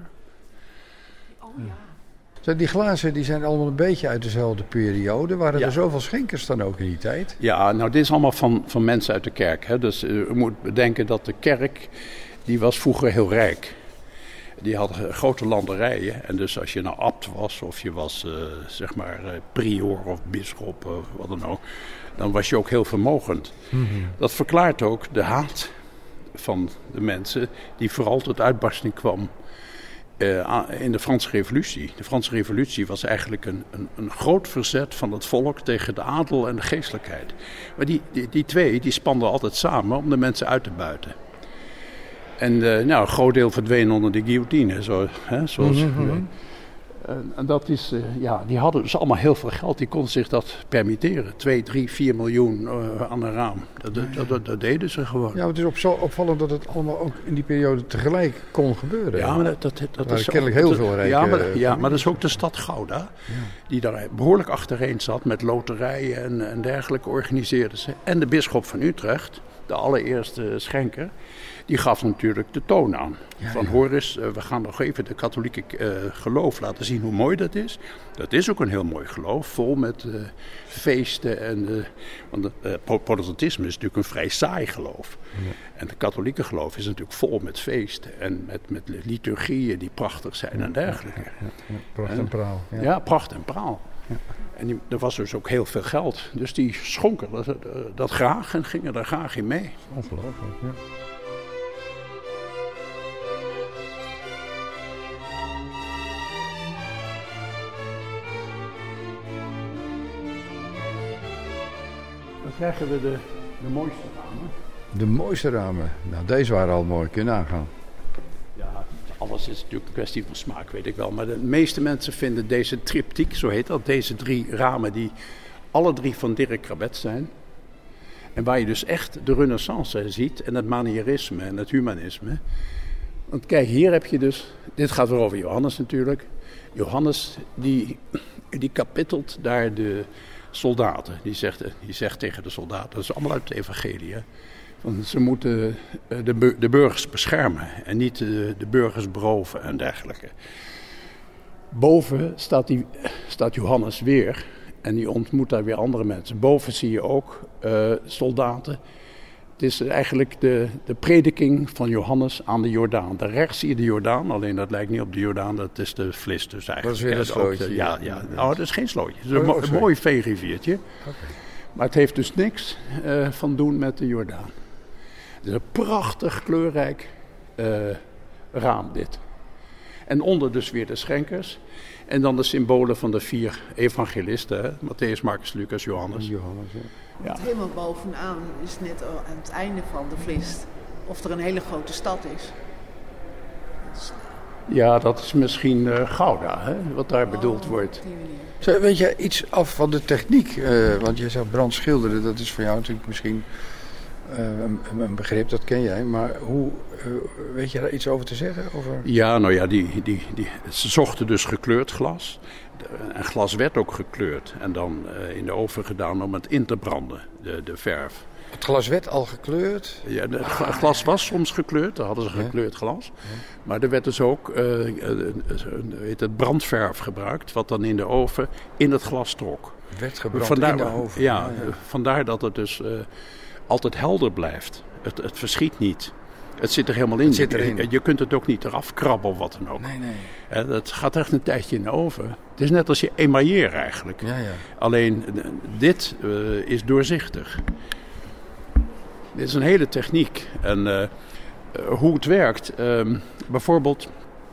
Oh ja. Zo, die glazen die zijn allemaal een beetje uit dezelfde periode. Waren ja. er zoveel schenkers dan ook in die tijd? Ja, nou dit is allemaal van, van mensen uit de kerk. Hè. Dus uh, u moet bedenken dat de kerk, die was vroeger heel rijk. Die hadden grote landerijen. En dus als je nou abt was, of je was uh, zeg maar uh, prior of bisschop of wat dan ook, dan was je ook heel vermogend. Mm-hmm. Dat verklaart ook de haat van de mensen die vooral tot uitbarsting kwam uh, in de Franse Revolutie. De Franse Revolutie was eigenlijk een, een, een groot verzet van het volk tegen de adel en de geestelijkheid. Maar die, die, die twee die spanden altijd samen om de mensen uit te buiten. En uh, nou, een groot deel verdween onder de guillotine. Zo, hè, zoals, mm-hmm. uh, en dat is, uh, ja, die hadden dus allemaal heel veel geld. Die konden zich dat permitteren. Twee, drie, vier miljoen uh, aan een raam. Dat, dat, dat, dat, dat deden ze gewoon. Ja, het is op zo opvallend dat het allemaal ook in die periode tegelijk kon gebeuren. Ja, maar dat, dat, dat, dat is kennelijk heel veel rijke... Ja, maar, ja, maar dat is ook de stad Gouda. Ja. Die daar behoorlijk achtereen zat met loterijen en, en dergelijke organiseerden ze. En de bisschop van Utrecht, de allereerste schenker, die gaf natuurlijk de toon aan. Ja, van ja. hoor eens, uh, we gaan nog even de katholieke uh, geloof laten zien hoe mooi dat is. Dat is ook een heel mooi geloof, vol met uh, feesten. En, uh, want het uh, protestantisme is natuurlijk een vrij saai geloof. Ja. En de katholieke geloof is natuurlijk vol met feesten. En met, met liturgieën die prachtig zijn ja, en dergelijke. Ja, ja, ja. Pracht en, en praal. Ja. ja, pracht en praal. Ja. En die, er was dus ook heel veel geld. Dus die schonken dat, dat graag en gingen daar graag in mee. Ongelooflijk, ja. Dan krijgen we de, de mooiste ramen. De mooiste ramen? Nou, deze waren al mooi. Kun je nagaan. Ja, alles is natuurlijk een kwestie van smaak, weet ik wel. Maar de meeste mensen vinden deze triptiek, zo heet dat, deze drie ramen die alle drie van Dirk Crabet zijn. En waar je dus echt de renaissance ziet en het manierisme en het humanisme. Want kijk, hier heb je dus, dit gaat weer over Johannes natuurlijk. Johannes die, die kapittelt daar de soldaten. Die zegt, die zegt tegen de soldaten, dat is allemaal uit het evangelie, hè? Want ze moeten de, de burgers beschermen en niet de, de burgers beroven en dergelijke. Boven staat, die, staat Johannes weer en die ontmoet daar weer andere mensen. Boven zie je ook uh, soldaten. Het is eigenlijk de, de prediking van Johannes aan de Jordaan. Daar rechts zie je de Jordaan, alleen dat lijkt niet op de Jordaan, dat is de Vlis dus eigenlijk. Dat is weer een slootje. De, ja, ja. Oh, dat is geen slootje. Het is een, mo- een mooi veerriviertje. Okay. Maar het heeft dus niks uh, van doen met de Jordaan. Het is een prachtig kleurrijk uh, raam dit. En onder dus weer de schenkers. En dan de symbolen van de vier evangelisten. Hè? Matthäus, Marcus, Lucas, Johannes. Johannes ja. Ja. Helemaal bovenaan is net aan het einde van de Vlist. Of er een hele grote stad is. is... Ja, dat is misschien uh, Gouda, hè? Wat daar oh, bedoeld wordt. Zo, weet je iets af van de techniek? Uh, want je zou brandschilderen, dat is voor jou natuurlijk misschien uh, een, een begrip, dat ken jij. Maar hoe, uh, weet je daar iets over te zeggen? Over... Ja, nou ja, die, die, die, ze zochten dus gekleurd glas. En glas werd ook gekleurd en dan uh, in de oven gedaan om het in te branden, de, de verf. Het glas werd al gekleurd? Ja, het glas was soms gekleurd, daar hadden ze gekleurd glas. Ja. Maar er werd dus ook uh, uh, heet het brandverf gebruikt, wat dan in de oven in het glas trok. Werd gebrand vandaar, in de oven? Ja, ja, ja. Vandaar dat het dus uh, altijd helder blijft. Het, het verschiet niet. Het zit er helemaal in. Het zit erin. Je, je kunt het ook niet eraf krabben of wat dan ook. Nee, nee. Ja, dat gaat echt een tijdje in de oven. Het is net als je emailleer eigenlijk. Ja, ja. Alleen dit uh, is doorzichtig. Dit is een hele techniek. En uh, uh, hoe het werkt. Uh, bijvoorbeeld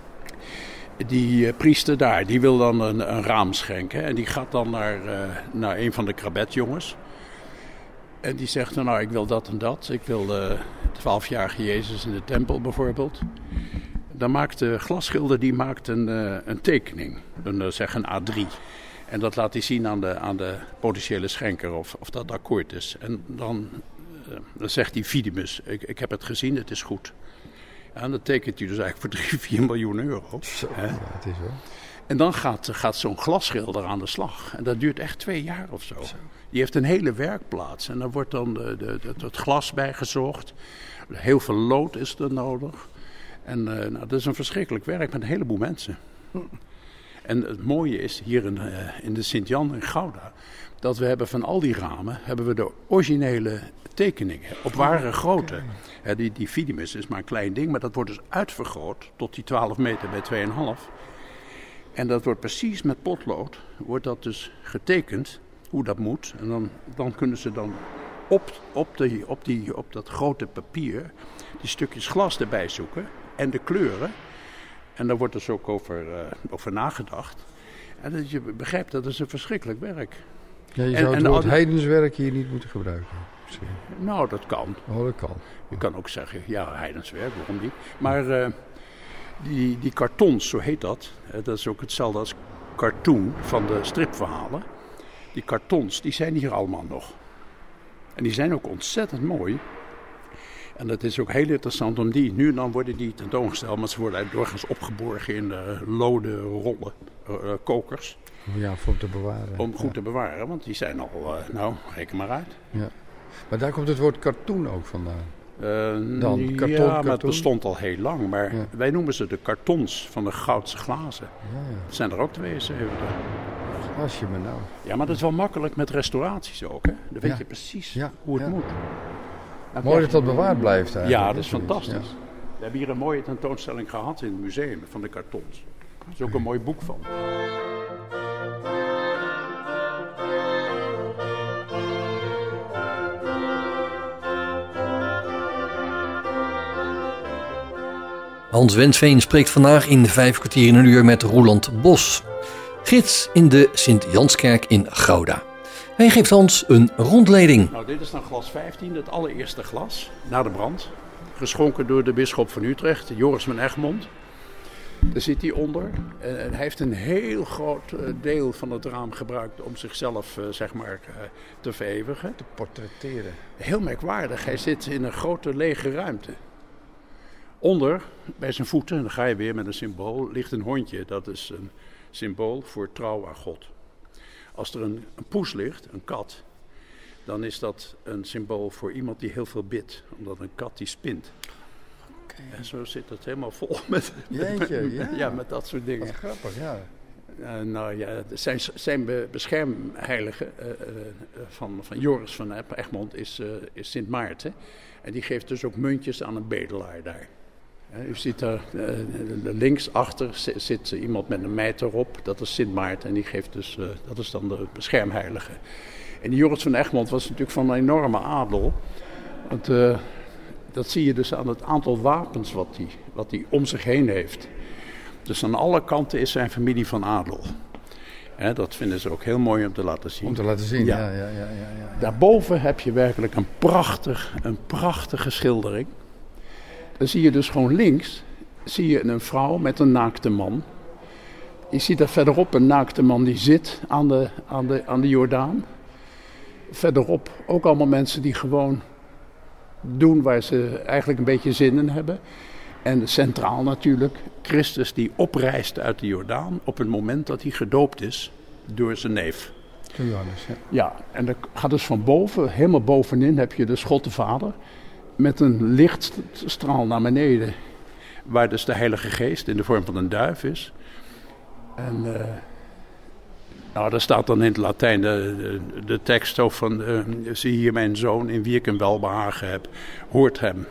die uh, priester daar. Die wil dan een, een raam schenken. En die gaat dan naar, uh, naar een van de krabetjongens. En die zegt dan, nou, ik wil dat en dat. Ik wil de twaalfjarige Jezus in de tempel bijvoorbeeld. Dan maakt de glasschilder die maakt een, uh, een tekening. Een, uh, zeg een A drie. En dat laat hij zien aan de, aan de potentiële schenker of, of dat akkoord is. En dan, uh, dan zegt hij Fidimus, ik, ik heb het gezien, het is goed. Ja, en dat tekent hij dus eigenlijk voor drie, vier miljoen euro. Zo, ja, het is wel. En dan gaat, gaat zo'n glasschilder aan de slag. En dat duurt echt twee jaar of zo. zo. Die heeft een hele werkplaats. En dan wordt dan de, de, de, het glas bijgezocht. Heel veel lood is er nodig. En uh, nou, dat is een verschrikkelijk werk met een heleboel mensen. En het mooie is, hier in, uh, in de Sint-Jan in Gouda, dat we hebben van al die ramen, hebben we de originele tekeningen op ware grootte. Ja, die, die Fidimus is maar een klein ding, maar dat wordt dus uitvergroot tot die twaalf meter bij twee komma vijf. En dat wordt precies met potlood, wordt dat dus getekend, hoe dat moet. En dan, dan kunnen ze dan op, op, die, op, die, op dat grote papier die stukjes glas erbij zoeken en de kleuren. En daar wordt dus ook over, uh, over nagedacht. En dat je begrijpt, dat is een verschrikkelijk werk. Ja, je en, zou het en woord de, heidenswerk hier niet moeten gebruiken. Misschien. Nou, dat kan. Oh, dat kan. Je kan ook zeggen, ja, heidenswerk, waarom niet? Maar uh, die, die kartons, zo heet dat. Uh, dat is ook hetzelfde als cartoon van de stripverhalen. Die kartons, die zijn hier allemaal nog. En die zijn ook ontzettend mooi. En dat is ook heel interessant om die, nu en dan worden die tentoongesteld, maar ze worden doorgaans opgeborgen in uh, lode rollen, uh, kokers. Ja, voor te bewaren. Om goed ja. te bewaren, want die zijn al, uh, nou, reken maar uit. Ja. Maar daar komt het woord cartoon ook vandaan. Uh, Dan, karton, ja, maar karton. het bestond al heel lang. Maar ja. wij noemen ze de kartons van de goudse glazen. Ja, ja. Dat zijn er ook tweeënzeventig. Als je me nou. Ja, maar dat is wel makkelijk met restauraties ook. Hè? Dan weet ja. je precies ja. hoe het ja. moet. Nou, Mooi dat dat bewaard blijft eigenlijk. Ja, dat is fantastisch. Ja. We hebben hier een mooie tentoonstelling gehad in het museum van de kartons. Er is ook een mooi boek van. Hans Wensveen spreekt vandaag in vijf kwartier in een uur met Roeland Bos, gids in de Sint-Janskerk in Gouda. Hij geeft Hans een rondleiding. Nou, dit is dan glas vijftien, het allereerste glas, na de brand. Geschonken door de bisschop van Utrecht, Joris van Egmond. Daar zit hij onder. En hij heeft een heel groot deel van het raam gebruikt om zichzelf uh, zeg maar, uh, te vereeuwigen. Te portretteren. Heel merkwaardig. Hij zit in een grote lege ruimte. Onder, bij zijn voeten, en dan ga je weer met een symbool, ligt een hondje. Dat is een symbool voor trouw aan God. Als er een, een poes ligt, een kat, dan is dat een symbool voor iemand die heel veel bidt. Omdat een kat die spint. Okay. En zo zit het helemaal vol met, Jeetje, met, ja. ja, met dat soort dingen. Wat grappig, ja. Uh, nou ja, zijn, zijn beschermheilige uh, uh, van, van Joris van Egmond is, uh, is Sint Maarten. En die geeft dus ook muntjes aan een bedelaar daar. Uh, u ziet daar uh, linksachter zit iemand met een mijter op. Dat is Sint Maarten en die geeft dus, uh, dat is dan de beschermheilige. En die Joris van Egmond was natuurlijk van een enorme adel. Want uh, dat zie je dus aan het aantal wapens wat hij wat hij om zich heen heeft. Dus aan alle kanten is zijn familie van adel. He, dat vinden ze ook heel mooi om te laten zien. Om te laten zien, ja. Ja, ja, ja, ja, ja. Daarboven heb je werkelijk een, prachtig, een prachtige schildering. Dan zie je dus gewoon links zie je een vrouw met een naakte man. Je ziet daar verderop een naakte man die zit aan de, aan de, aan de Jordaan. Verderop ook allemaal mensen die gewoon doen waar ze eigenlijk een beetje zin in hebben. En centraal natuurlijk Christus die oprijst uit de Jordaan op het moment dat hij gedoopt is door zijn neef. Johannes, ja. Ja, en dan gaat dus van boven, helemaal bovenin heb je dus God de Vader. Met een lichtstraal naar beneden. Waar dus de Heilige Geest in de vorm van een duif is. En uh, nou, daar staat dan in het Latijn de, de, de tekst ook van... Uh, zie hier mijn zoon in wie ik een welbehagen heb. Hoort hem.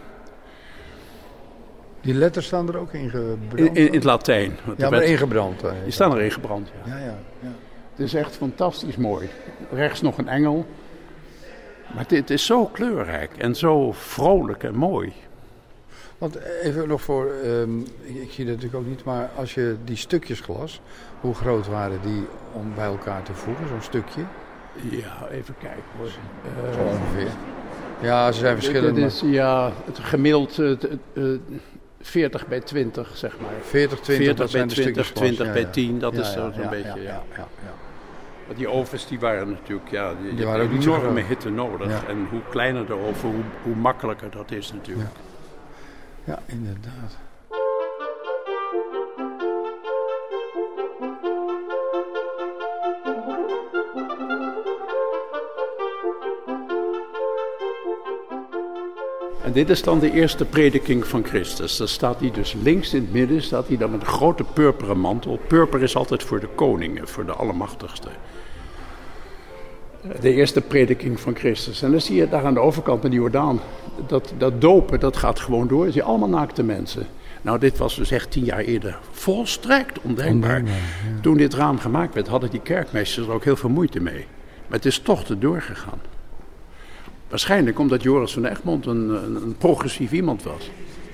Die letters staan er ook ingebrand? In, in, in het Latijn. Ja, maar ingebrand. Uh, die staan er ingebrand, ja. Ja, ja, ja. Het is echt fantastisch mooi. Rechts nog een engel. Maar dit is zo kleurrijk en zo vrolijk en mooi. Want even nog voor, um, ik zie dat natuurlijk ook niet, maar als je die stukjes glas, hoe groot waren die om bij elkaar te voegen, zo'n stukje? Ja, even kijken hoor. Uh, zo ongeveer. Ja, ze zijn verschillend. Dit is ja, het gemiddeld uh, uh, veertig bij twintig, zeg maar. veertig, twintig, veertig dat zijn bij de twintig, stukjes glas. twintig Ja, bij ja. tien, dat ja, is zo'n ja, ja, beetje, ja. ja. ja, ja. Maar die ovens die waren natuurlijk, ja, die, Die waren ook niet zo enorme groot. hitte nodig. Ja. En hoe kleiner de oven, hoe, hoe makkelijker dat is natuurlijk. Ja, ja inderdaad. En dit is dan de eerste prediking van Christus. Dan staat hij dus links in het midden, staat hij dan met een grote purperen mantel. Purper is altijd voor de koningen, voor de Allermachtigste. De eerste prediking van Christus. En dan zie je daar aan de overkant met de Jordaan, dat, dat dopen, dat gaat gewoon door. Dan zie je allemaal naakte mensen. Nou, dit was dus echt tien jaar eerder volstrekt ondenkbaar. Ondenkbaar, ja. Toen dit raam gemaakt werd, hadden die kerkmeesters er ook heel veel moeite mee. Maar het is toch te doorgegaan. Waarschijnlijk omdat Joris van Egmond een, een, een progressief iemand was.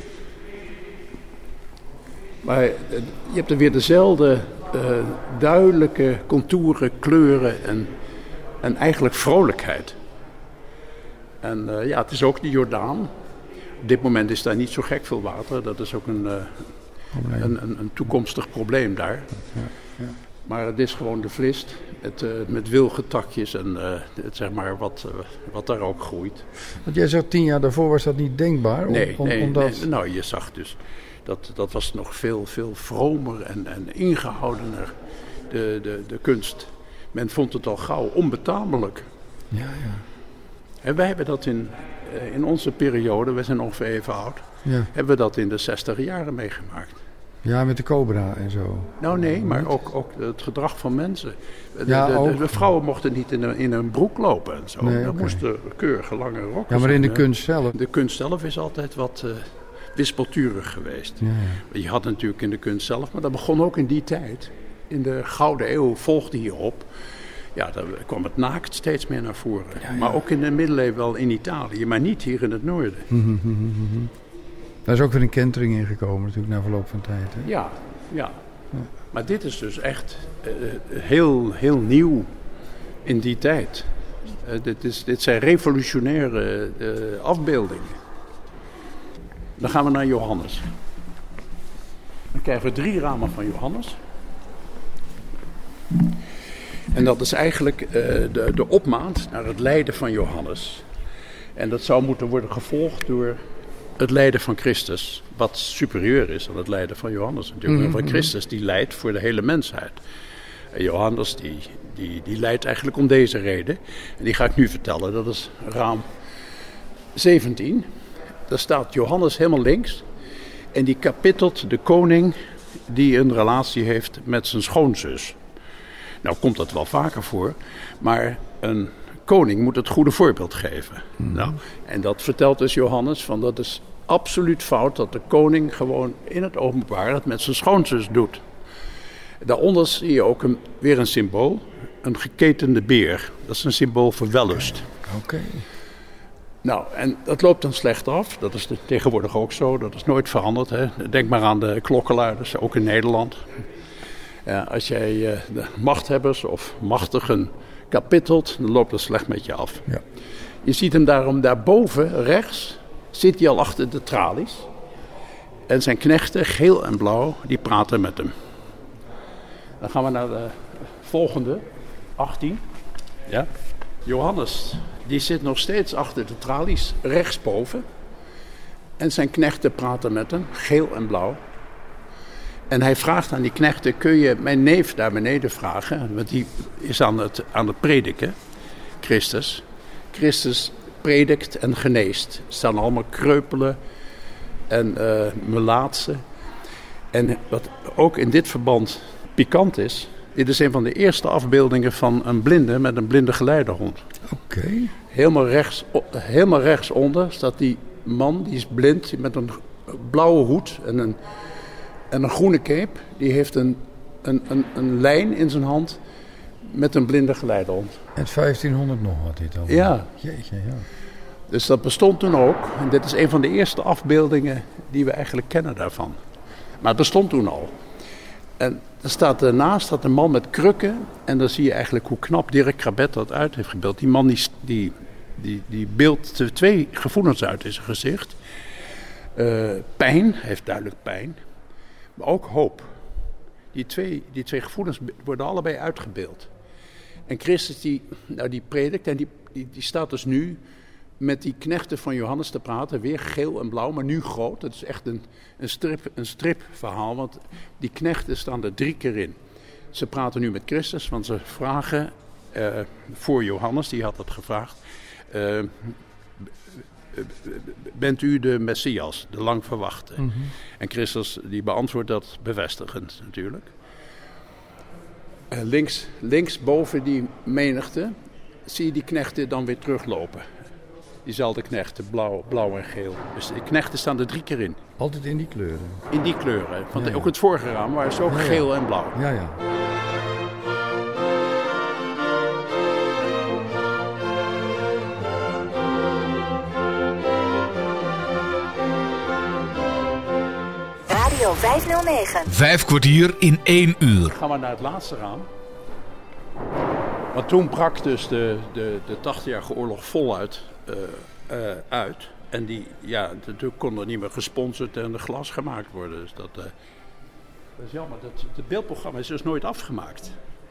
Maar je hebt er weer dezelfde uh, duidelijke contouren, kleuren en, en eigenlijk vrolijkheid. En uh, ja, het is ook de Jordaan. Op dit moment is daar niet zo gek veel water. Dat is ook een, uh, een, een, een toekomstig probleem daar. Ja, ja. Maar het is gewoon de vlist met, uh, met wilgetakjes en uh, het, zeg maar wat, uh, wat daar ook groeit. Want jij zegt tien jaar daarvoor was dat niet denkbaar? Om, Nee, om, nee, omdat... nee, nou je zag dus, dat, dat was nog veel, veel vromer en, en ingehoudener, de, de, de kunst. Men vond het al gauw onbetamelijk. Ja, ja. En wij hebben dat in, uh, in onze periode, we zijn ongeveer even oud, Ja. hebben we dat in de zestig jaren meegemaakt. Ja, met de cobra en zo. Nou nee, maar ook, ook het gedrag van mensen. De, Ja, de, de, ook. de vrouwen mochten niet in een, in een broek lopen en zo. Nee, Dan oké. moesten keurige lange rokken Ja, maar in de zijn, hè. kunst zelf. De kunst zelf is altijd wat uh, wispelturig geweest. Ja, ja. Je had natuurlijk in de kunst zelf, maar dat begon ook in die tijd. In de Gouden Eeuw volgde hierop. Ja, dan kwam het naakt steeds meer naar voren. Ja, ja. Maar ook in de middeleeuwen wel in Italië, maar niet hier in het noorden. Daar is ook weer een kentering in gekomen natuurlijk na verloop van tijd. Hè? Ja, ja. Maar dit is dus echt uh, heel, heel nieuw in die tijd. Uh, dit, is, dit zijn revolutionaire uh, afbeeldingen. Dan gaan we naar Johannes. Dan krijgen we drie ramen van Johannes. En dat is eigenlijk uh, de, de opmaat naar het lijden van Johannes. En dat zou moeten worden gevolgd door het lijden van Christus. Wat superieur is dan het lijden van Johannes natuurlijk. Mm-hmm. Maar Christus die lijdt voor de hele mensheid. En Johannes die, die, die lijdt eigenlijk om deze reden. En die ga ik nu vertellen. Dat is raam zeventien. Daar staat Johannes helemaal links. En die kapittelt de koning die een relatie heeft met zijn schoonzus. Nou komt dat wel vaker voor, maar een koning moet het goede voorbeeld geven. Mm. Nou, en dat vertelt dus Johannes, van dat is absoluut fout dat de koning gewoon in het openbaar het met zijn schoonzus doet. Daaronder zie je ook een, weer een symbool, een geketende beer. Dat is een symbool voor wellust. Oké. Okay. Nou, en dat loopt dan slecht af. Dat is tegenwoordig ook zo, dat is nooit veranderd. Hè. Denk maar aan de klokkenluiders, ook in Nederland. Ja, als jij uh, de machthebbers of machtigen kapittelt, dan loopt het slecht met je af. Ja. Je ziet hem daarom daarboven, rechts, zit hij al achter de tralies. En zijn knechten, geel en blauw, die praten met hem. Dan gaan we naar de volgende, achttien. Ja. Johannes, die zit nog steeds achter de tralies, rechtsboven. En zijn knechten praten met hem, geel en blauw. En hij vraagt aan die knechten, kun je mijn neef daar beneden vragen? Want die is aan het, aan het prediken, Christus. Christus predikt en geneest. Er staan allemaal kreupelen en uh, melaatsen. En wat ook in dit verband pikant is, dit is een van de eerste afbeeldingen van een blinde met een blinde geleidehond. Oké. Okay. Helemaal, rechts, helemaal rechtsonder staat die man, die is blind, met een blauwe hoed en een, en een groene cape. Die heeft een, een, een, een lijn in zijn hand met een blinde geleidehond. En vijftienhonderd nog wat dit al. Ja. Jeetje, ja. Dus dat bestond toen ook. En dit is een van de eerste afbeeldingen die we eigenlijk kennen daarvan. Maar het bestond toen al. En er staat daarnaast staat een man met krukken. En dan zie je eigenlijk hoe knap Dirk Krabet dat uit heeft gebeeld. Die man die, die, die, die beeldt twee gevoelens uit in zijn gezicht. Uh, pijn, hij heeft duidelijk pijn. Maar ook hoop. Die twee, die twee gevoelens worden allebei uitgebeeld. En Christus die, nou die predikt en die, die, die staat dus nu met die knechten van Johannes te praten. Weer geel en blauw, maar nu groot. Het is echt een, een, strip, een stripverhaal, want die knechten staan er drie keer in. Ze praten nu met Christus, want ze vragen uh, voor Johannes, die had dat gevraagd. Uh, bent u de Messias, de lang verwachte? Mm-hmm. En Christus die beantwoordt dat bevestigend natuurlijk. Uh, links, links boven die menigte zie je die knechten dan weer teruglopen. Diezelfde knechten, blauw, blauw en geel. Dus de knechten staan er drie keer in. Altijd in die kleuren? In die kleuren. Want ja, ja. Ook het vorige raam waren ze ook ja, ja. geel en blauw. Ja, ja. Radio vijfhonderdnegen. Vijf kwartier in één uur. Gaan we naar het laatste raam. Want toen brak dus de, de, de tachtigjarige oorlog voluit uh, uh, uit. En die, ja, natuurlijk kon er niet meer gesponsord en glas gemaakt worden. Dus dat, uh, dat is jammer. Dat, het beeldprogramma is dus nooit afgemaakt.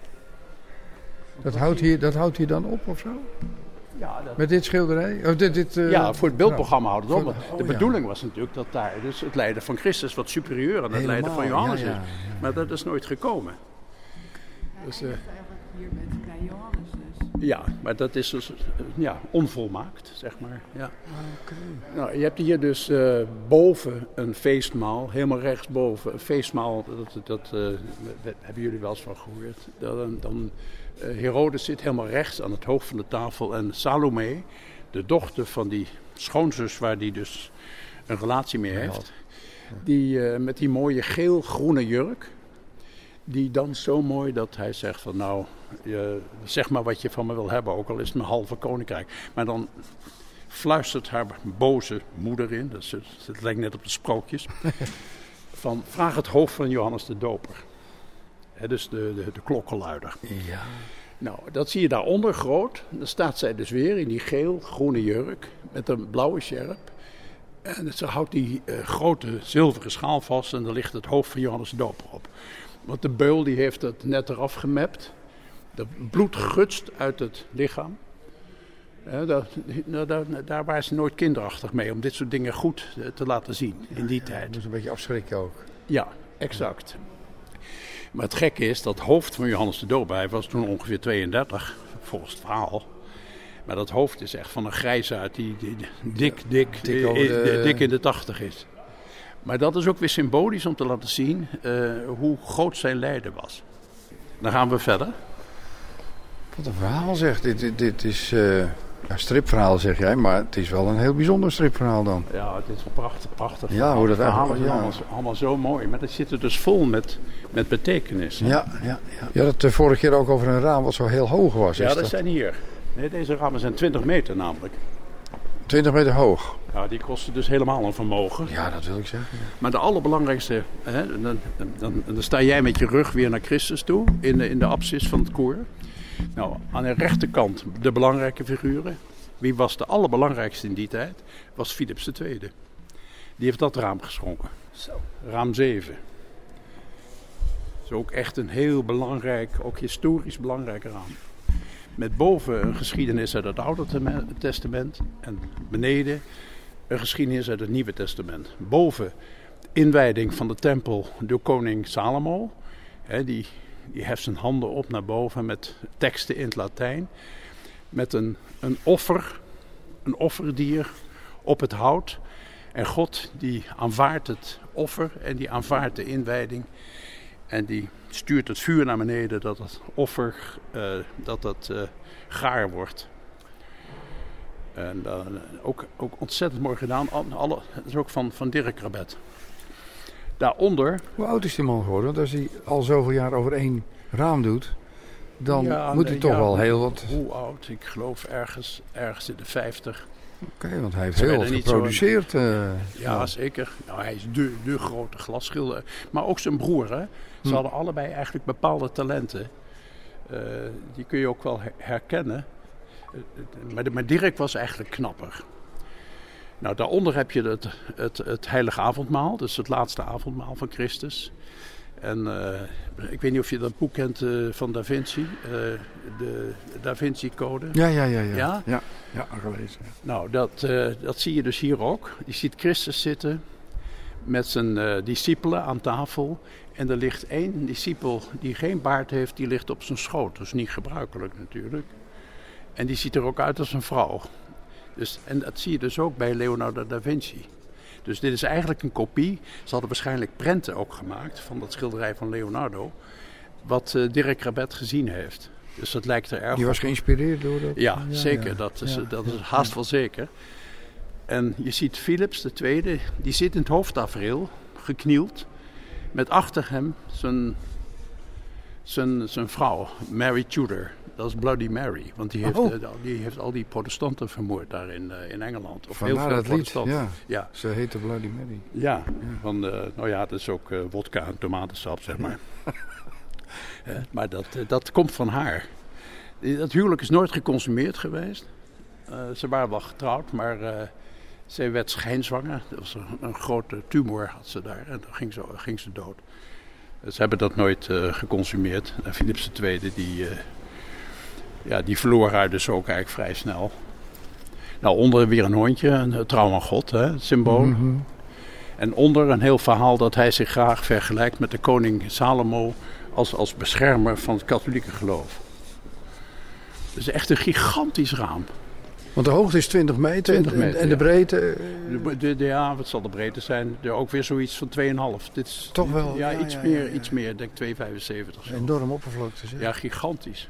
Dat houdt, hier, dat houdt hier dan op of zo? Ja, dat... Met dit schilderij? Of dit, dit, uh... Ja, voor het beeldprogramma houdt het op. Oh, de bedoeling ja. was natuurlijk dat daar dus het lijden van Christus wat superieur aan het lijden van Johannes ja, ja, ja, ja. is. Maar dat is nooit gekomen. Ja, dus, uh... hier met bij Johannes dus. Ja, maar dat is dus ja, onvolmaakt, zeg maar. Ja. Okay. Nou, je hebt hier dus uh, boven een feestmaal, helemaal rechtsboven een feestmaal. Dat, dat uh, hebben jullie wel eens van gehoord. Dan, dan uh, Herodes zit helemaal rechts aan het hoofd van de tafel en Salome, de dochter van die schoonzus waar die dus een relatie mee heeft, die uh, met die mooie geel-groene jurk. Die danst zo mooi dat hij zegt van nou, je, zeg maar wat je van me wil hebben, ook al is het een halve koninkrijk. Maar dan fluistert haar boze moeder in, dat het, het lijkt net op de sprookjes, van vraag het hoofd van Johannes de Doper. He, dus de, de, de klokkenluider. Ja. Nou, dat zie je daaronder groot. Dan staat zij dus weer in die geel-groene jurk met een blauwe sjerp. En ze houdt die uh, grote zilveren schaal vast en daar ligt het hoofd van Johannes de Doper op. Want de beul die heeft het net eraf gemapt. Dat bloed gutst uit het lichaam. Ja, daar, daar, daar waren ze nooit kinderachtig mee om dit soort dingen goed te laten zien in die ja, tijd. Dat is een beetje afschrikken ook. Ja, exact. Maar het gekke is, dat hoofd van Johannes de Doper, hij was toen ongeveer tweeëndertig, volgens het verhaal. Maar dat hoofd is echt van een grijsaard die, die, die dik, dik, dik, de... dik in de tachtig is. Maar dat is ook weer symbolisch om te laten zien uh, hoe groot zijn lijden was. Dan gaan we verder. Wat een verhaal zeg. Dit, dit, dit is uh, een stripverhaal zeg jij, maar het is wel een heel bijzonder stripverhaal dan. Ja, het is een prachtig, prachtig verhaal. Ja, hoe dat eigenlijk ja. allemaal, allemaal zo mooi. Maar het zit er dus vol met, met betekenis. Ja, ja, ja. Je had het de vorige keer ook over een raam wat zo heel hoog was. Ja, is dat, dat zijn hier. Nee, deze ramen zijn twintig meter namelijk. twintig meter hoog? Ja, die kosten dus helemaal een vermogen. Ja, dat wil ik zeggen. Ja. Maar de allerbelangrijkste, hè, dan, dan, dan sta jij met je rug weer naar Christus toe, in de, in de apsis van het koor. Nou, aan de rechterkant de belangrijke figuren. Wie was de allerbelangrijkste in die tijd? Was Philips de Tweede. Die heeft dat raam geschonken. Zo. Raam zeven. Dat is ook echt een heel belangrijk, ook historisch belangrijk raam. Met boven een geschiedenis uit het Oude Testament en beneden een geschiedenis uit het Nieuwe Testament. Boven inwijding van de tempel door koning Salomo. He, die, die heft zijn handen op naar boven met teksten in het Latijn. Met een, een offer, een offerdier op het hout. En God die aanvaardt het offer en die aanvaardt de inwijding. En die stuurt het vuur naar beneden dat het offer uh, dat dat, uh, gaar wordt. En uh, ook, ook ontzettend mooi gedaan. Alle, dat is ook van, van Dirk Rabet. Daaronder... Hoe oud is die man geworden? Want als hij al zoveel jaar over één raam doet, dan ja, moet hij nee, toch ja, wel heel wat... Hoe oud? Ik geloof ergens, ergens in de vijftig. Oké, okay, want hij heeft Ze heel wat werden niet geproduceerd. zo- Uh, Ja, ja. zeker. Nou, hij is de, de grote glasschilder. Maar ook zijn broer, hè. Ze Hm. hadden allebei eigenlijk bepaalde talenten. Uh, die kun je ook wel her- herkennen. Uh, maar, de, maar Dirk was eigenlijk knapper. Nou, daaronder heb je het, het, het heilige avondmaal. Dus het laatste avondmaal van Christus. En uh, ik weet niet of je dat boek kent uh, van Da Vinci. Uh, de Da Vinci Code. Ja, ja, ja, ja. Ja? Ja, ja, gelezen. Ja. Nou, dat, uh, dat zie je dus hier ook. Je ziet Christus zitten met zijn uh, discipelen aan tafel. En er ligt één discipel die geen baard heeft, die ligt op zijn schoot. Dat is niet gebruikelijk natuurlijk. En die ziet er ook uit als een vrouw. Dus, en dat zie je dus ook bij Leonardo da Vinci. Dus dit is eigenlijk een kopie. Ze hadden waarschijnlijk prenten ook gemaakt van dat schilderij van Leonardo. Wat uh, Dirk Rabet gezien heeft. Dus dat lijkt er erg Die op. was geïnspireerd door dat? Ja, ja zeker. Ja. Dat is, Ja. dat is haast wel zeker. En je ziet Philips de tweede, die zit in het hoofdtafereel, geknield. Met achter hem zijn, zijn, zijn vrouw, Mary Tudor. Dat is Bloody Mary. Want die heeft, Oh. uh, die heeft al die protestanten vermoord daar in, uh, in Engeland. Of Vandaar heel veel dat lied, protestanten. ja. Ja. Ze heette Bloody Mary. Ja, van, uh, nou ja, dat is ook uh, wodka en tomatensap, zeg maar. uh, maar dat, uh, dat komt van haar. Dat huwelijk is nooit geconsumeerd geweest. Uh, ze waren wel getrouwd, maar uh, zij werd schijnzwanger. Dat was een, een grote tumor had ze daar en dan ging ze, ging ze dood. Ze hebben dat nooit uh, geconsumeerd. En Philips de tweede, die, uh, ja, die verloor haar dus ook eigenlijk vrij snel. Nou, onder weer een hondje, een trouw aan God, hè, het symbool. Mm-hmm. En onder een heel verhaal dat hij zich graag vergelijkt met de koning Salomo als, als beschermer van het katholieke geloof. Het is echt een gigantisch raam. Want de hoogte is twintig meter, twintig en- meter, en de ja. breedte... De, de, de, ja, wat zal de breedte zijn? De, ook weer zoiets van twee komma vijf. Dit is, Toch wel, Ja, ja, iets ja, meer, ja, ja. iets meer. Ik denk twee komma vijfenzeventig. Zo. enorm oppervlakte. Zeg. Ja, gigantisch.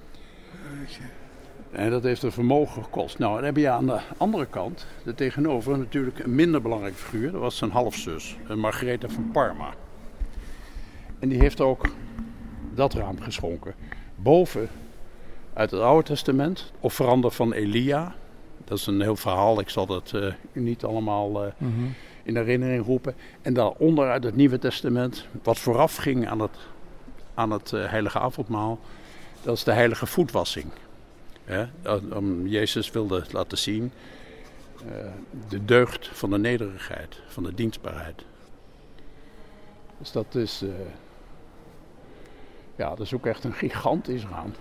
En dat heeft een vermogen gekost. Nou, dan heb je aan de andere kant, er tegenover, natuurlijk een minder belangrijke figuur. Dat was zijn halfzus, Margaretha van Parma. En die heeft ook dat raam geschonken. Boven, uit het Oude Testament, offerande van Elia. Dat is een heel verhaal, ik zal dat uh, niet allemaal uh, Mm-hmm. in herinnering roepen. En daaronder uit het Nieuwe Testament, wat vooraf ging aan het, aan het uh, heilige avondmaal, dat is de heilige voetwassing. Hè? Um, Jezus wilde laten zien uh, de deugd van de nederigheid, van de dienstbaarheid. Dus dat is, uh, ja, dat is ook echt een gigantisch raam.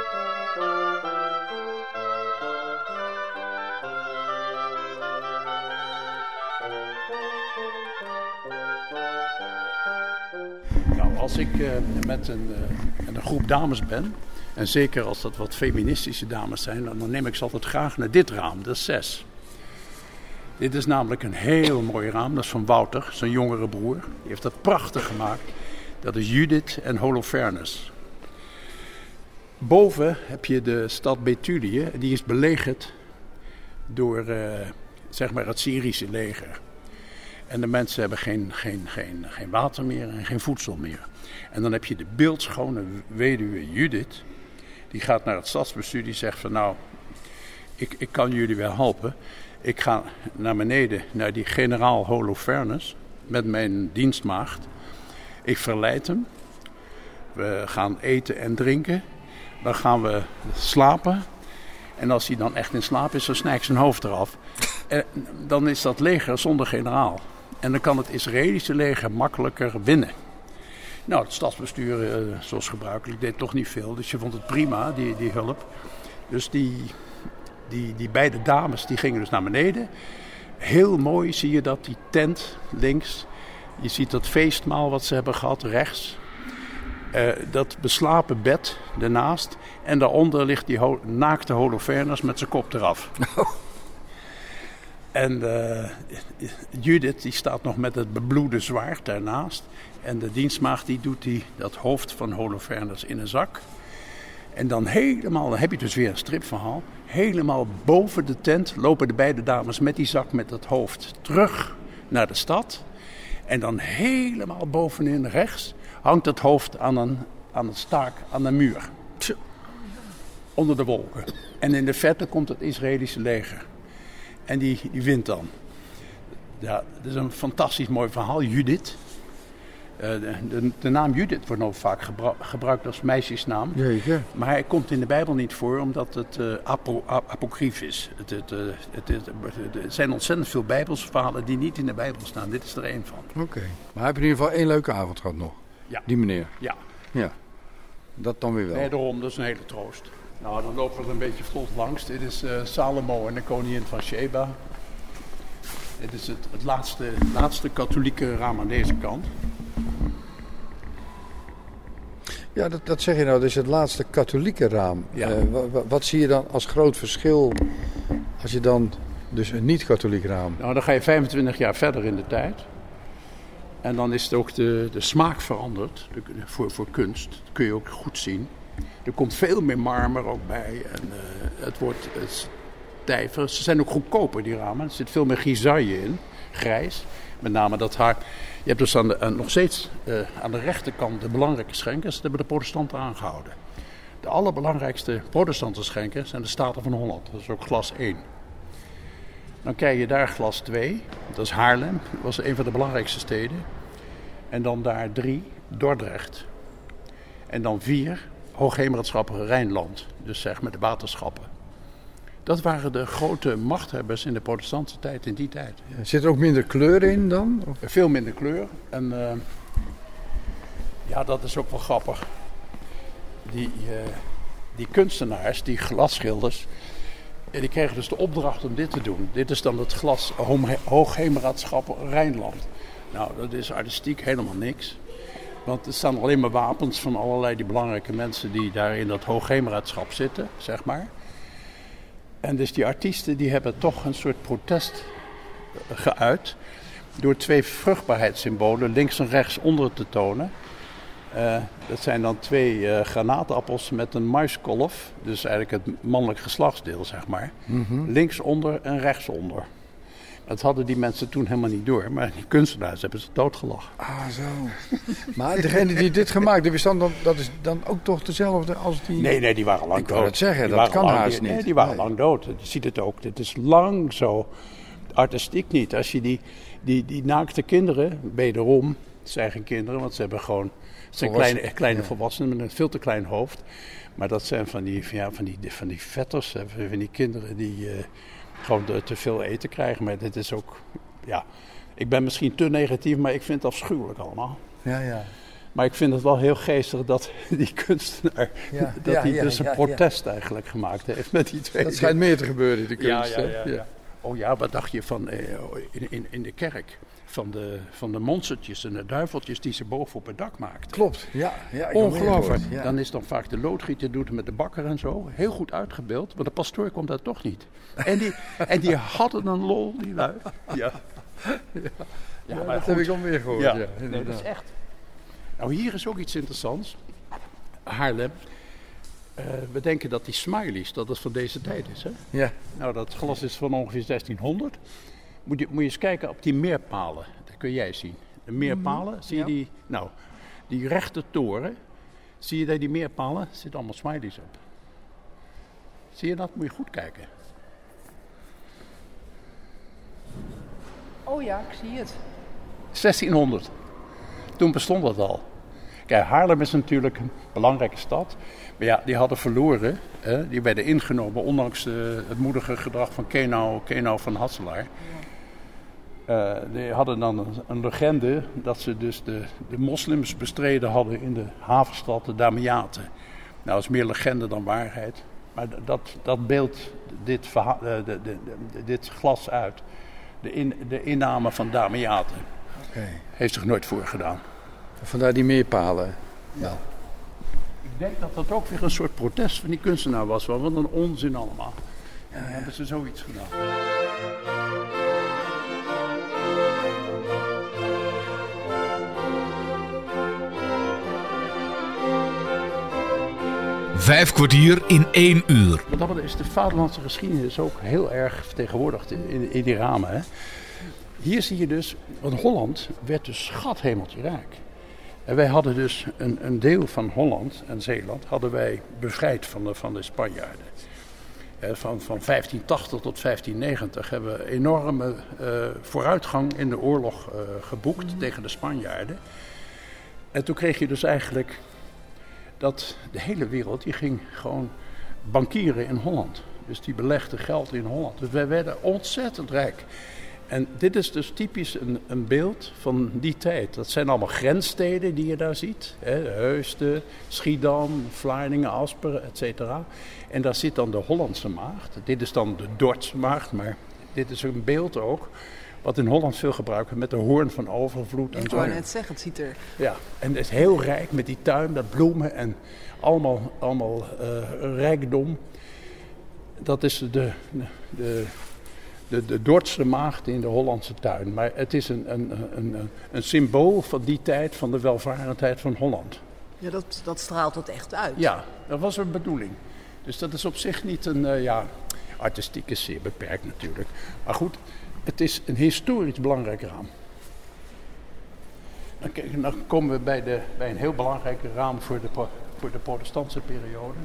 Nou, als ik uh, met een, uh, een groep dames ben, en zeker als dat wat feministische dames zijn, dan neem ik ze altijd graag naar dit raam, dat is zes. Dit is namelijk een heel mooi raam, dat is van Wouter, zijn jongere broer. Die heeft dat prachtig gemaakt. Dat is Judith en Holofernes. Boven heb je de stad Bethulië, die is belegerd door uh, zeg maar het Syrische leger. En de mensen hebben geen, geen, geen, geen water meer en geen voedsel meer. En dan heb je de beeldschone weduwe Judith. Die gaat naar het stadsbestuur, die zegt van nou, ik, ik kan jullie wel helpen. Ik ga naar beneden, naar die generaal Holofernes, met mijn dienstmaagd. Ik verleid hem. We gaan eten en drinken. Dan gaan we slapen. En als hij dan echt in slaap is, dan snij ik zijn hoofd eraf. En dan is dat leger zonder generaal. En dan kan het Israëlische leger makkelijker winnen. Nou, het stadsbestuur, uh, zoals gebruikelijk, deed toch niet veel. Dus je vond het prima, die, die hulp. Dus die, die, die beide dames, die gingen dus naar beneden. Heel mooi zie je dat, die tent links. Je ziet dat feestmaal wat ze hebben gehad rechts. Uh, dat beslapen bed ernaast. En daaronder ligt die ho- naakte Holofernes met zijn kop eraf. Oh. En uh, Judith die staat nog met het bebloede zwaard daarnaast. En de dienstmaagd die doet die, dat hoofd van Holofernes in een zak. En dan helemaal, dan heb je dus weer een stripverhaal. Helemaal boven de tent lopen de beide dames met die zak met dat hoofd terug naar de stad. En dan helemaal bovenin rechts hangt het hoofd aan een, aan een staak aan de muur. Onder de wolken. En in de verte komt het Israëlische leger. En die, die wint dan. Ja, dat is een fantastisch mooi verhaal. Judith. Uh, de, de, de naam Judith wordt nog vaak gebru- gebruikt als meisjesnaam. Jeetje. Maar hij komt in de Bijbel niet voor omdat het uh, apo, ap, apocryf is. Het, het, uh, het, het, het, er zijn ontzettend veel Bijbelse verhalen die niet in de Bijbel staan. Dit is er één van. Oké. Okay. Maar heb je in ieder geval één leuke avond gehad nog? Ja. Die meneer? Ja. Ja. Dat dan weer wel? Nee, daarom. Dat is een hele troost. Nou, dan lopen we er een beetje vlot langs. Dit is uh, Salomo en de koningin van Sheba. Dit is het, het laatste, laatste katholieke raam aan deze kant. Ja, dat, dat zeg je nou. Dit is het laatste katholieke raam. Ja. Uh, wat, wat zie je dan als groot verschil als je dan dus een niet-katholiek raam... Nou, dan ga je vijfentwintig jaar verder in de tijd. En dan is het ook de, de smaak veranderd de, voor, voor kunst. Dat kun je ook goed zien. Er komt veel meer marmer ook bij. En uh, het wordt het stijver. Ze zijn ook goedkoper, die ramen. Er zit veel meer grisaille in. Grijs. Met name dat haar... Je hebt dus aan de, aan, nog steeds uh, aan de rechterkant de belangrijke schenkers. Dat hebben de protestanten aangehouden. De allerbelangrijkste protestantse schenkers zijn de Staten van Holland. Dat is ook glas één. Dan krijg je daar glas twee. Dat is Haarlem. Dat was een van de belangrijkste steden. En dan daar drie, Dordrecht. En dan vier, Hoogheemraadschappen Rijnland. Dus zeg maar de waterschappen. Dat waren de grote machthebbers in de protestantse tijd, in die tijd. Zit er ook minder kleur in dan? Of? Veel minder kleur. En uh, ja, dat is ook wel grappig. Die, uh, die kunstenaars, die glasschilders, die kregen dus de opdracht om dit te doen. Dit is dan het glas Hoogheemraadschappen Rijnland. Nou, dat is artistiek helemaal niks. Want er staan alleen maar wapens van allerlei die belangrijke mensen die daar in dat Hoogheemraadschap zitten, zeg maar. En dus die artiesten die hebben toch een soort protest geuit door twee vruchtbaarheidssymbolen links en rechts onder te tonen. Uh, dat zijn dan twee uh, granaatappels met een maiskolf, dus eigenlijk het mannelijk geslachtsdeel, zeg maar. Mm-hmm. Linksonder en rechtsonder. Dat hadden die mensen toen helemaal niet door, maar die kunstenaars hebben ze doodgelachen. Ah, zo. Maar degene die dit gemaakt heeft, dan, dat is dan ook toch dezelfde als die... Nee, nee, die waren lang ik dood. Ik wou het zeggen, die dat kan lang, haast die, niet. Nee, die waren nee. lang dood. Je ziet het ook. Dit is lang zo artistiek niet. Als je die, die, die naakte kinderen, wederom, het zijn geen kinderen, want ze hebben gewoon... Het zijn Volwassen, kleine, kleine ja. volwassenen met een veel te klein hoofd. Maar dat zijn van die, ja, van die, van die vetters, van die kinderen die uh, gewoon te veel eten krijgen. Maar dit is ook... Ja, ik ben misschien te negatief, maar ik vind het afschuwelijk allemaal. Ja, ja. Maar ik vind het wel heel geestig dat die kunstenaar, Ja, dat ja, hij ja, dus een ja, protest ja. eigenlijk gemaakt heeft met die twee. Dat schijnt meer te gebeuren in de kunst. Ja, ja, ja, ja. Oh ja, wat dacht je van uh, in, in, in de kerk? Van de, van de monstertjes en de duiveltjes die ze boven op het dak maakten. Klopt, ja. ja Ongelooflijk. Ja. Dan is dan vaak de loodgieter doet het met de bakker en zo. Heel goed uitgebeeld, maar de pastoor komt daar toch niet. En die, en die hadden een lol, die lui. Ja. Ja, ja, maar dat goed. heb ik al meer gehoord. Ja, Ja, nee, dat is echt. Nou, hier is ook iets interessants. Haarlem. Uh, we denken dat die smileys, dat het van deze tijd is. Hè? Ja. Nou, dat glas is van ongeveer zestienhonderd. Moet je, moet je eens kijken op die meerpalen. Dat kun jij zien. De meerpalen, zie je ja. die? Nou, die rechte toren. Zie je daar die meerpalen? Er zitten allemaal smileys op. Zie je dat? Moet je goed kijken. Oh ja, ik zie het. zestienhonderd. Toen bestond dat al. Kijk, Haarlem is natuurlijk een belangrijke stad. Maar ja, die hadden verloren. Hè? Die werden ingenomen, ondanks uh, het moedige gedrag van Kenau, Kenau van Hasselaar. Uh, die hadden dan een, een legende dat ze dus de, de moslims bestreden hadden in de havenstad, de Damiaten. Nou, dat is meer legende dan waarheid. Maar dat, dat beeldt dit, verha- de, de, de, de, dit glas uit. De, in, de inname van Damiaten. Okay. Heeft zich nooit voorgedaan. Vandaar die meerpalen. Ja. Ik denk dat dat ook weer een soort protest van die kunstenaar was. Wat een onzin allemaal. En dan hebben ze zoiets gedaan. Vijf kwartier in één uur. Wat dat is de vaderlandse geschiedenis ook heel erg vertegenwoordigd in, in die ramen. Hè? Hier zie je dus, want Holland werd dus schathemeltje rijk. En wij hadden dus een, een deel van Holland en Zeeland hadden wij bevrijd van de, van de Spanjaarden. Eh, van, van vijftien tachtig tot vijftien negentig hebben we enorme uh, vooruitgang in de oorlog uh, geboekt mm. tegen de Spanjaarden. En toen kreeg je dus eigenlijk dat de hele wereld die ging gewoon bankieren in Holland. Dus die belegde geld in Holland. Dus wij werden ontzettend rijk. En dit is dus typisch een, een beeld van die tijd. Dat zijn allemaal grenssteden die je daar ziet. Hè, Heusden, Schiedam, Vlaardingen, Asperen, et cetera. En daar zit dan de Hollandse maagd. Dit is dan de Dordtse maagd, maar dit is een beeld ook wat in Holland veel gebruiken met de hoorn van overvloed. En ik zo. wou net zeggen, het ziet er... Ja, en het is heel rijk met die tuin, met bloemen en allemaal, allemaal uh, rijkdom. Dat is de, de, de, de, de Dordtse maagd in de Hollandse tuin. Maar het is een, een, een, een, een symbool van die tijd, van de welvarendheid van Holland. Ja, dat, dat straalt het echt uit. Ja, dat was een bedoeling. Dus dat is op zich niet een, uh, ja, artistiek is zeer beperkt natuurlijk. Maar goed, het is een historisch belangrijk raam. Dan, kijk, dan komen we bij, de, bij een heel belangrijk raam voor de, voor de protestantse periode.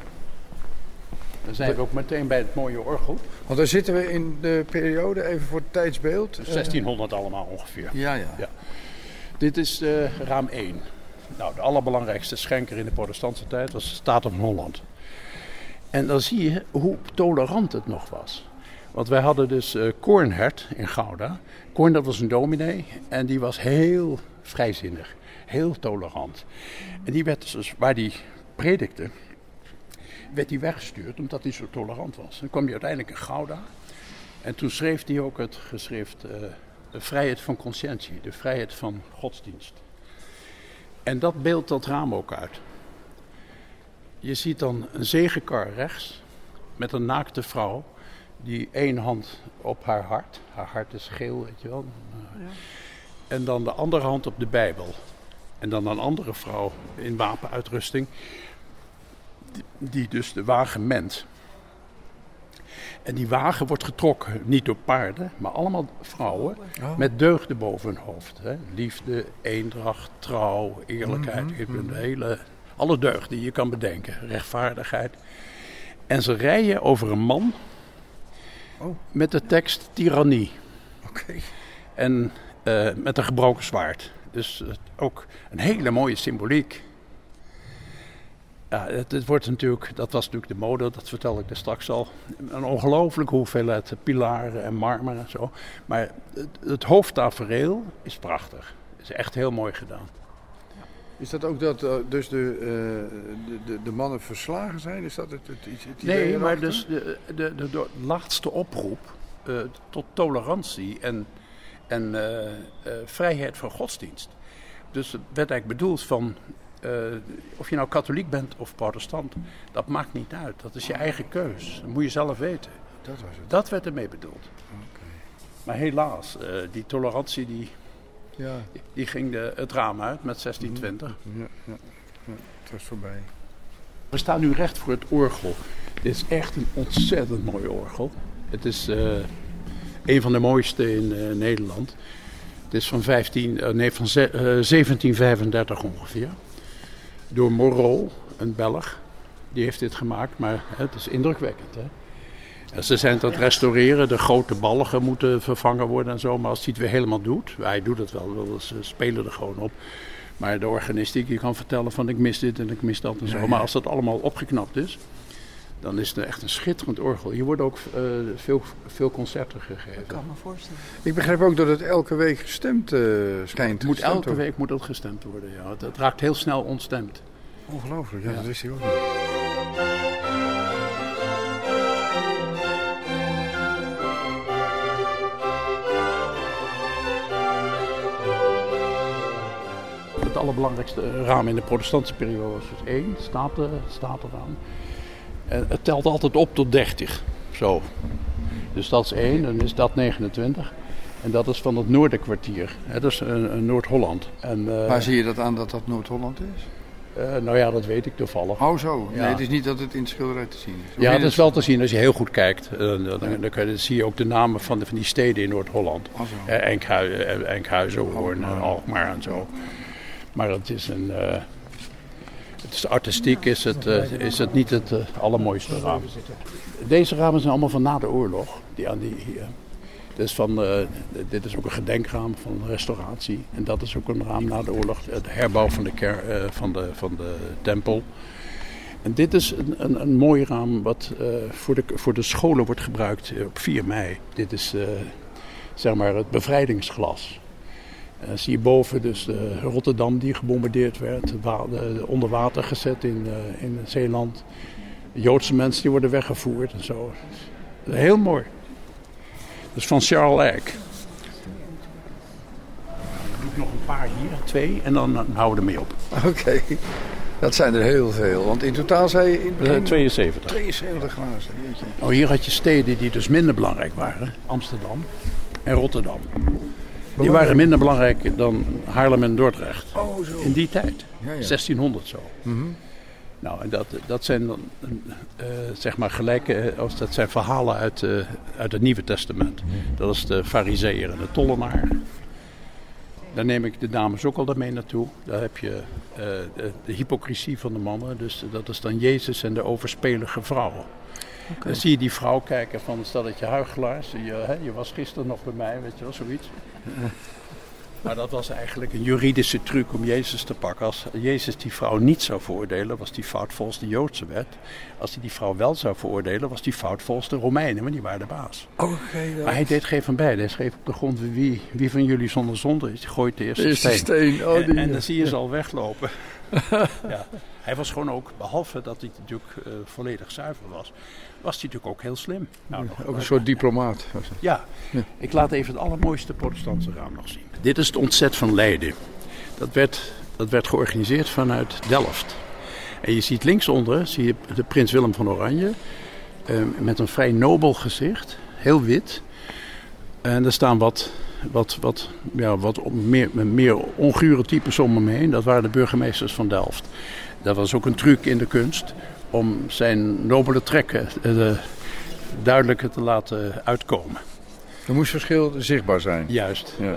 Dan zijn we ook meteen bij het mooie orgel. Want daar zitten we in de periode, even voor het tijdsbeeld. zestienhonderd allemaal ongeveer. Ja, ja. ja. Dit is uh, raam één. Nou, de allerbelangrijkste schenker in de protestantse tijd was de Staten van Holland. En dan zie je hoe tolerant het nog was. Want wij hadden dus uh, Kornhert in Gouda. Korn, dat was een dominee en die was heel vrijzinnig, heel tolerant. En die werd dus, waar die predikte, werd hij weggestuurd omdat hij zo tolerant was. Dan kwam hij uiteindelijk in Gouda en toen schreef hij ook het geschrift uh, de vrijheid van conscientie, de vrijheid van godsdienst. En dat beeldt dat raam ook uit. Je ziet dan een zegenkar rechts met een naakte vrouw die één hand op haar hart, haar hart is geel, weet je wel. Ja. En dan de andere hand op de Bijbel. En dan een andere vrouw in wapenuitrusting, die, die dus de wagen ment. En die wagen wordt getrokken, niet door paarden, maar allemaal vrouwen oh. met deugden boven hun hoofd. Hè. Liefde, eendracht, trouw, eerlijkheid, mm-hmm. de hele, alle deugden die je kan bedenken, rechtvaardigheid. En ze rijden over een man oh. met de tekst tirannie. Okay. En uh, met een gebroken zwaard. Dus uh, ook een hele mooie symboliek. Ja, het, het wordt natuurlijk, dat was natuurlijk de mode, dat vertel ik er straks al. Een ongelooflijke hoeveelheid pilaren en marmer en zo. Maar het, het hoofdtafereel is prachtig. Het is echt heel mooi gedaan. Is dat ook dat uh, dus de, uh, de, de, de mannen verslagen zijn? Is dat het, het, het, het idee Nee, maar erachter? dus de, de, de, de laatste oproep uh, tot tolerantie en, en uh, uh, vrijheid van godsdienst. Dus het werd eigenlijk bedoeld van, uh, of je nou katholiek bent of protestant, dat maakt niet uit. Dat is je eigen keus. Dat moet je zelf weten. Dat was het. Dat werd ermee bedoeld. Okay. Maar helaas, uh, die tolerantie die, ja. die, die ging de, het raam uit met zestien twintig. Ja, ja, ja, het was voorbij. We staan nu recht voor het orgel. Dit is echt een ontzettend mooi orgel. Het is uh, een van de mooiste in uh, Nederland. Het is van, vijftien, uh, nee, van ze, uh, zeventien vijfendertig ongeveer. Door Moreau, een Belg. Die heeft dit gemaakt, maar uh, het is indrukwekkend. Hè? En ze zijn het aan het restaureren. De grote balgen moeten vervangen worden en zo. Maar als hij het weer helemaal doet, hij doet het wel, ze spelen er gewoon op. Maar de organistiek, je kan vertellen van ik mis dit en ik mis dat en zo. Ja, ja. Maar als dat allemaal opgeknapt is, dan is het echt een schitterend orgel. Hier worden ook uh, veel, veel concerten gegeven. Ik kan me voorstellen. Ik begrijp ook dat het elke week gestemd uh, schijnt. Moet elke worden. week moet het gestemd worden, ja. Het, het raakt heel snel ontstemd. Ongelooflijk, ja, ja. Dat wist ik ook niet. allerbelangrijkste raam in de protestantse periode was dus één, staat, uh, staat eraan. En het telt altijd op tot dertig, zo. Dus dat is één, dan is dat negenentwintig. En dat is van het Noorderkwartier, hè, dat is uh, Noord-Holland. En, uh, Waar zie je dat aan dat dat Noord-Holland is? Uh, nou ja, dat weet ik toevallig. Oh zo, ja. Nee, het is niet dat het in het schilderij te zien is. Hoe ja, het is wel te zien als je heel goed kijkt. Uh, dan, dan, dan, kan je, dan zie je ook de namen van, de, van die steden in Noord-Holland. Oh, uh, Enkhuizen, uh, Enkhuizen, Hoorn, uh, Alkmaar en zo. Maar het is een... Uh, het is artistiek is het, uh, is het niet het uh, allermooiste raam. Deze ramen zijn allemaal van na de oorlog. Die aan die, uh, dit, is van, uh, dit is ook een gedenkraam van restauratie. En dat is ook een raam na de oorlog. Het herbouw van de, ker, uh, van de, van de tempel. En dit is een, een, een mooi raam wat uh, voor, de, voor de scholen wordt gebruikt op vier mei. Dit is uh, zeg maar het bevrijdingsglas. Uh, zie je boven dus uh, Rotterdam die gebombardeerd werd, wa- uh, onder water gezet in, uh, in Zeeland. De Joodse mensen die worden weggevoerd en zo. Heel mooi. Dat is van Charles Egg. Ik doe nog een paar hier, twee, en dan, dan houden we ermee op. Oké, okay. Dat zijn er heel veel. Want in totaal zei je... In uh, tweeënzeventig. tweeënzeventig glazen, jeetje. Oh, hier had je steden die dus minder belangrijk waren. Amsterdam en Rotterdam. Die waren minder belangrijk dan Haarlem en Dordrecht. Oh, zo. In die tijd. Ja, ja. zestienhonderd zo. Mm-hmm. Nou, en dat, dat zijn dan, uh, zeg maar gelijke, als dat zijn verhalen uit, uh, uit het Nieuwe Testament. Dat is de Farizeeër en de tollenaar. Daar neem ik de dames ook al mee naartoe. Daar heb je uh, de, de hypocrisie van de mannen. Dus dat is dan Jezus en de overspelige vrouw. Okay. Dan zie je die vrouw kijken van, stel dat je huichelaars, je, hè, je was gisteren nog bij mij, weet je wel, zoiets. Maar dat was eigenlijk een juridische truc om Jezus te pakken. Als Jezus die vrouw niet zou veroordelen, was die fout volgens de Joodse wet. Als hij die vrouw wel zou veroordelen, was die fout volgens de Romeinen, want die waren de baas. Okay, dat... Maar hij deed geen van beide. Hij schreef op de grond, wie, wie van jullie zonder zonde is, gooit de eerste, de eerste steen. steen. Oh, die... en, en dan zie je ze al weglopen. Ja. Hij was gewoon ook, behalve dat hij natuurlijk uh, volledig zuiver was, was hij natuurlijk ook heel slim. Nou, ja, ook een soort diplomaat. Ja. ja, ik laat even het allermooiste protestantse raam nog zien. Dit is het ontzet van Leiden. Dat werd, dat werd georganiseerd vanuit Delft. En je ziet linksonder, zie je de prins Willem van Oranje, uh, met een vrij nobel gezicht, heel wit. En er staan wat, wat, wat, ja, wat meer, meer ongure types om hem heen. Dat waren de burgemeesters van Delft. Dat was ook een truc in de kunst om zijn nobele trekken uh, duidelijker te laten uitkomen. Er moest verschil zichtbaar zijn. Juist. Ja.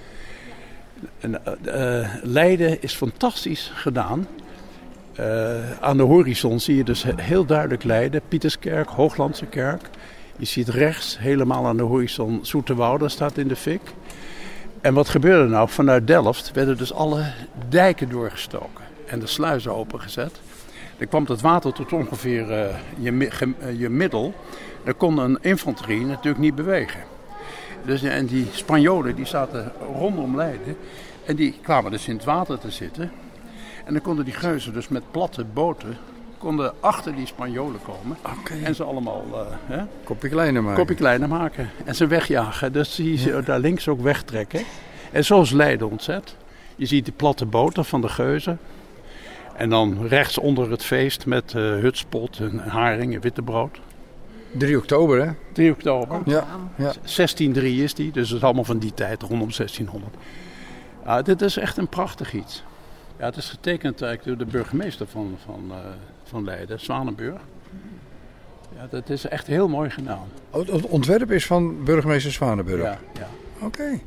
En, uh, Leiden is fantastisch gedaan. Uh, aan de horizon zie je dus heel duidelijk Leiden. Pieterskerk, Hooglandse kerk. Je ziet rechts helemaal aan de horizon Zoeterwoude staat in de fik. En wat gebeurde nou? Vanuit Delft werden dus alle dijken doorgestoken en de sluizen opengezet. Dan kwam het water tot ongeveer uh, je, ge, uh, je middel. Dan kon een infanterie natuurlijk niet bewegen. Dus, en die Spanjolen die zaten rondom Leiden en die kwamen dus in het water te zitten. En dan konden die geuzen dus met platte boten konden achter die Spanjolen komen. Okay. En ze allemaal uh, hè, kopje kleiner maken. kopje kleiner maken. En ze wegjagen. Dus die ze ja. daar links ook wegtrekken. En zo is Leiden ontzet. Je ziet die platte boten van de geuzen. En dan rechts onder het feest met uh, hutspot en haring en wittebrood. drie oktober, hè? drie oktober. Ja. ja. zestien drie is die, dus het is allemaal van die tijd, rondom zestienhonderd. Uh, dit is echt een prachtig iets. Ja, het is getekend eigenlijk door de burgemeester van, van, uh, van Leiden, Zwanenburg. Ja, dat is echt heel mooi gedaan. Het ontwerp is van burgemeester Zwanenburg? Ja. ja. Oké. Okay.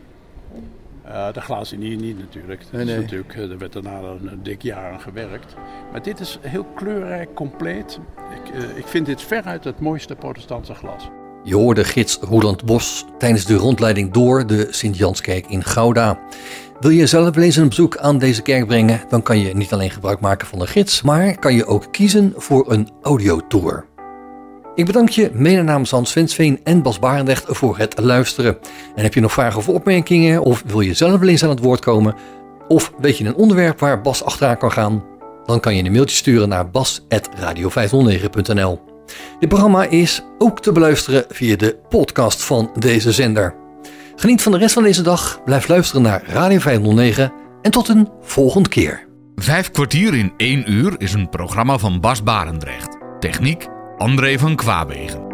Uh, de glazen hier niet natuurlijk. Dat nee, nee. Is natuurlijk. Er werd daarna een, een dik jaar aan gewerkt. Maar dit is heel kleurrijk, compleet. Ik, uh, ik vind dit veruit het mooiste protestantse glas. Je hoorde gids Roeland Bos tijdens de rondleiding door de Sint-Janskerk in Gouda. Wil je zelf wel eens een bezoek aan deze kerk brengen, dan kan je niet alleen gebruik maken van de gids, maar kan je ook kiezen voor een audiotour. Ik bedank je mede namens Hans Svensveen en Bas Barendrecht voor het luisteren. En heb je nog vragen of opmerkingen, of wil je zelf wel eens aan het woord komen, of weet je een onderwerp waar Bas achteraan kan gaan, dan kan je een mailtje sturen naar bas apenstaartje radio vijfhonderdnegen punt n l. Dit programma is ook te beluisteren via de podcast van deze zender. Geniet van de rest van deze dag, blijf luisteren naar Radio vijfhonderdnegen En tot een volgende keer. Vijf kwartier in één uur is een programma van Bas Barendrecht. Techniek André van Kwaabegen.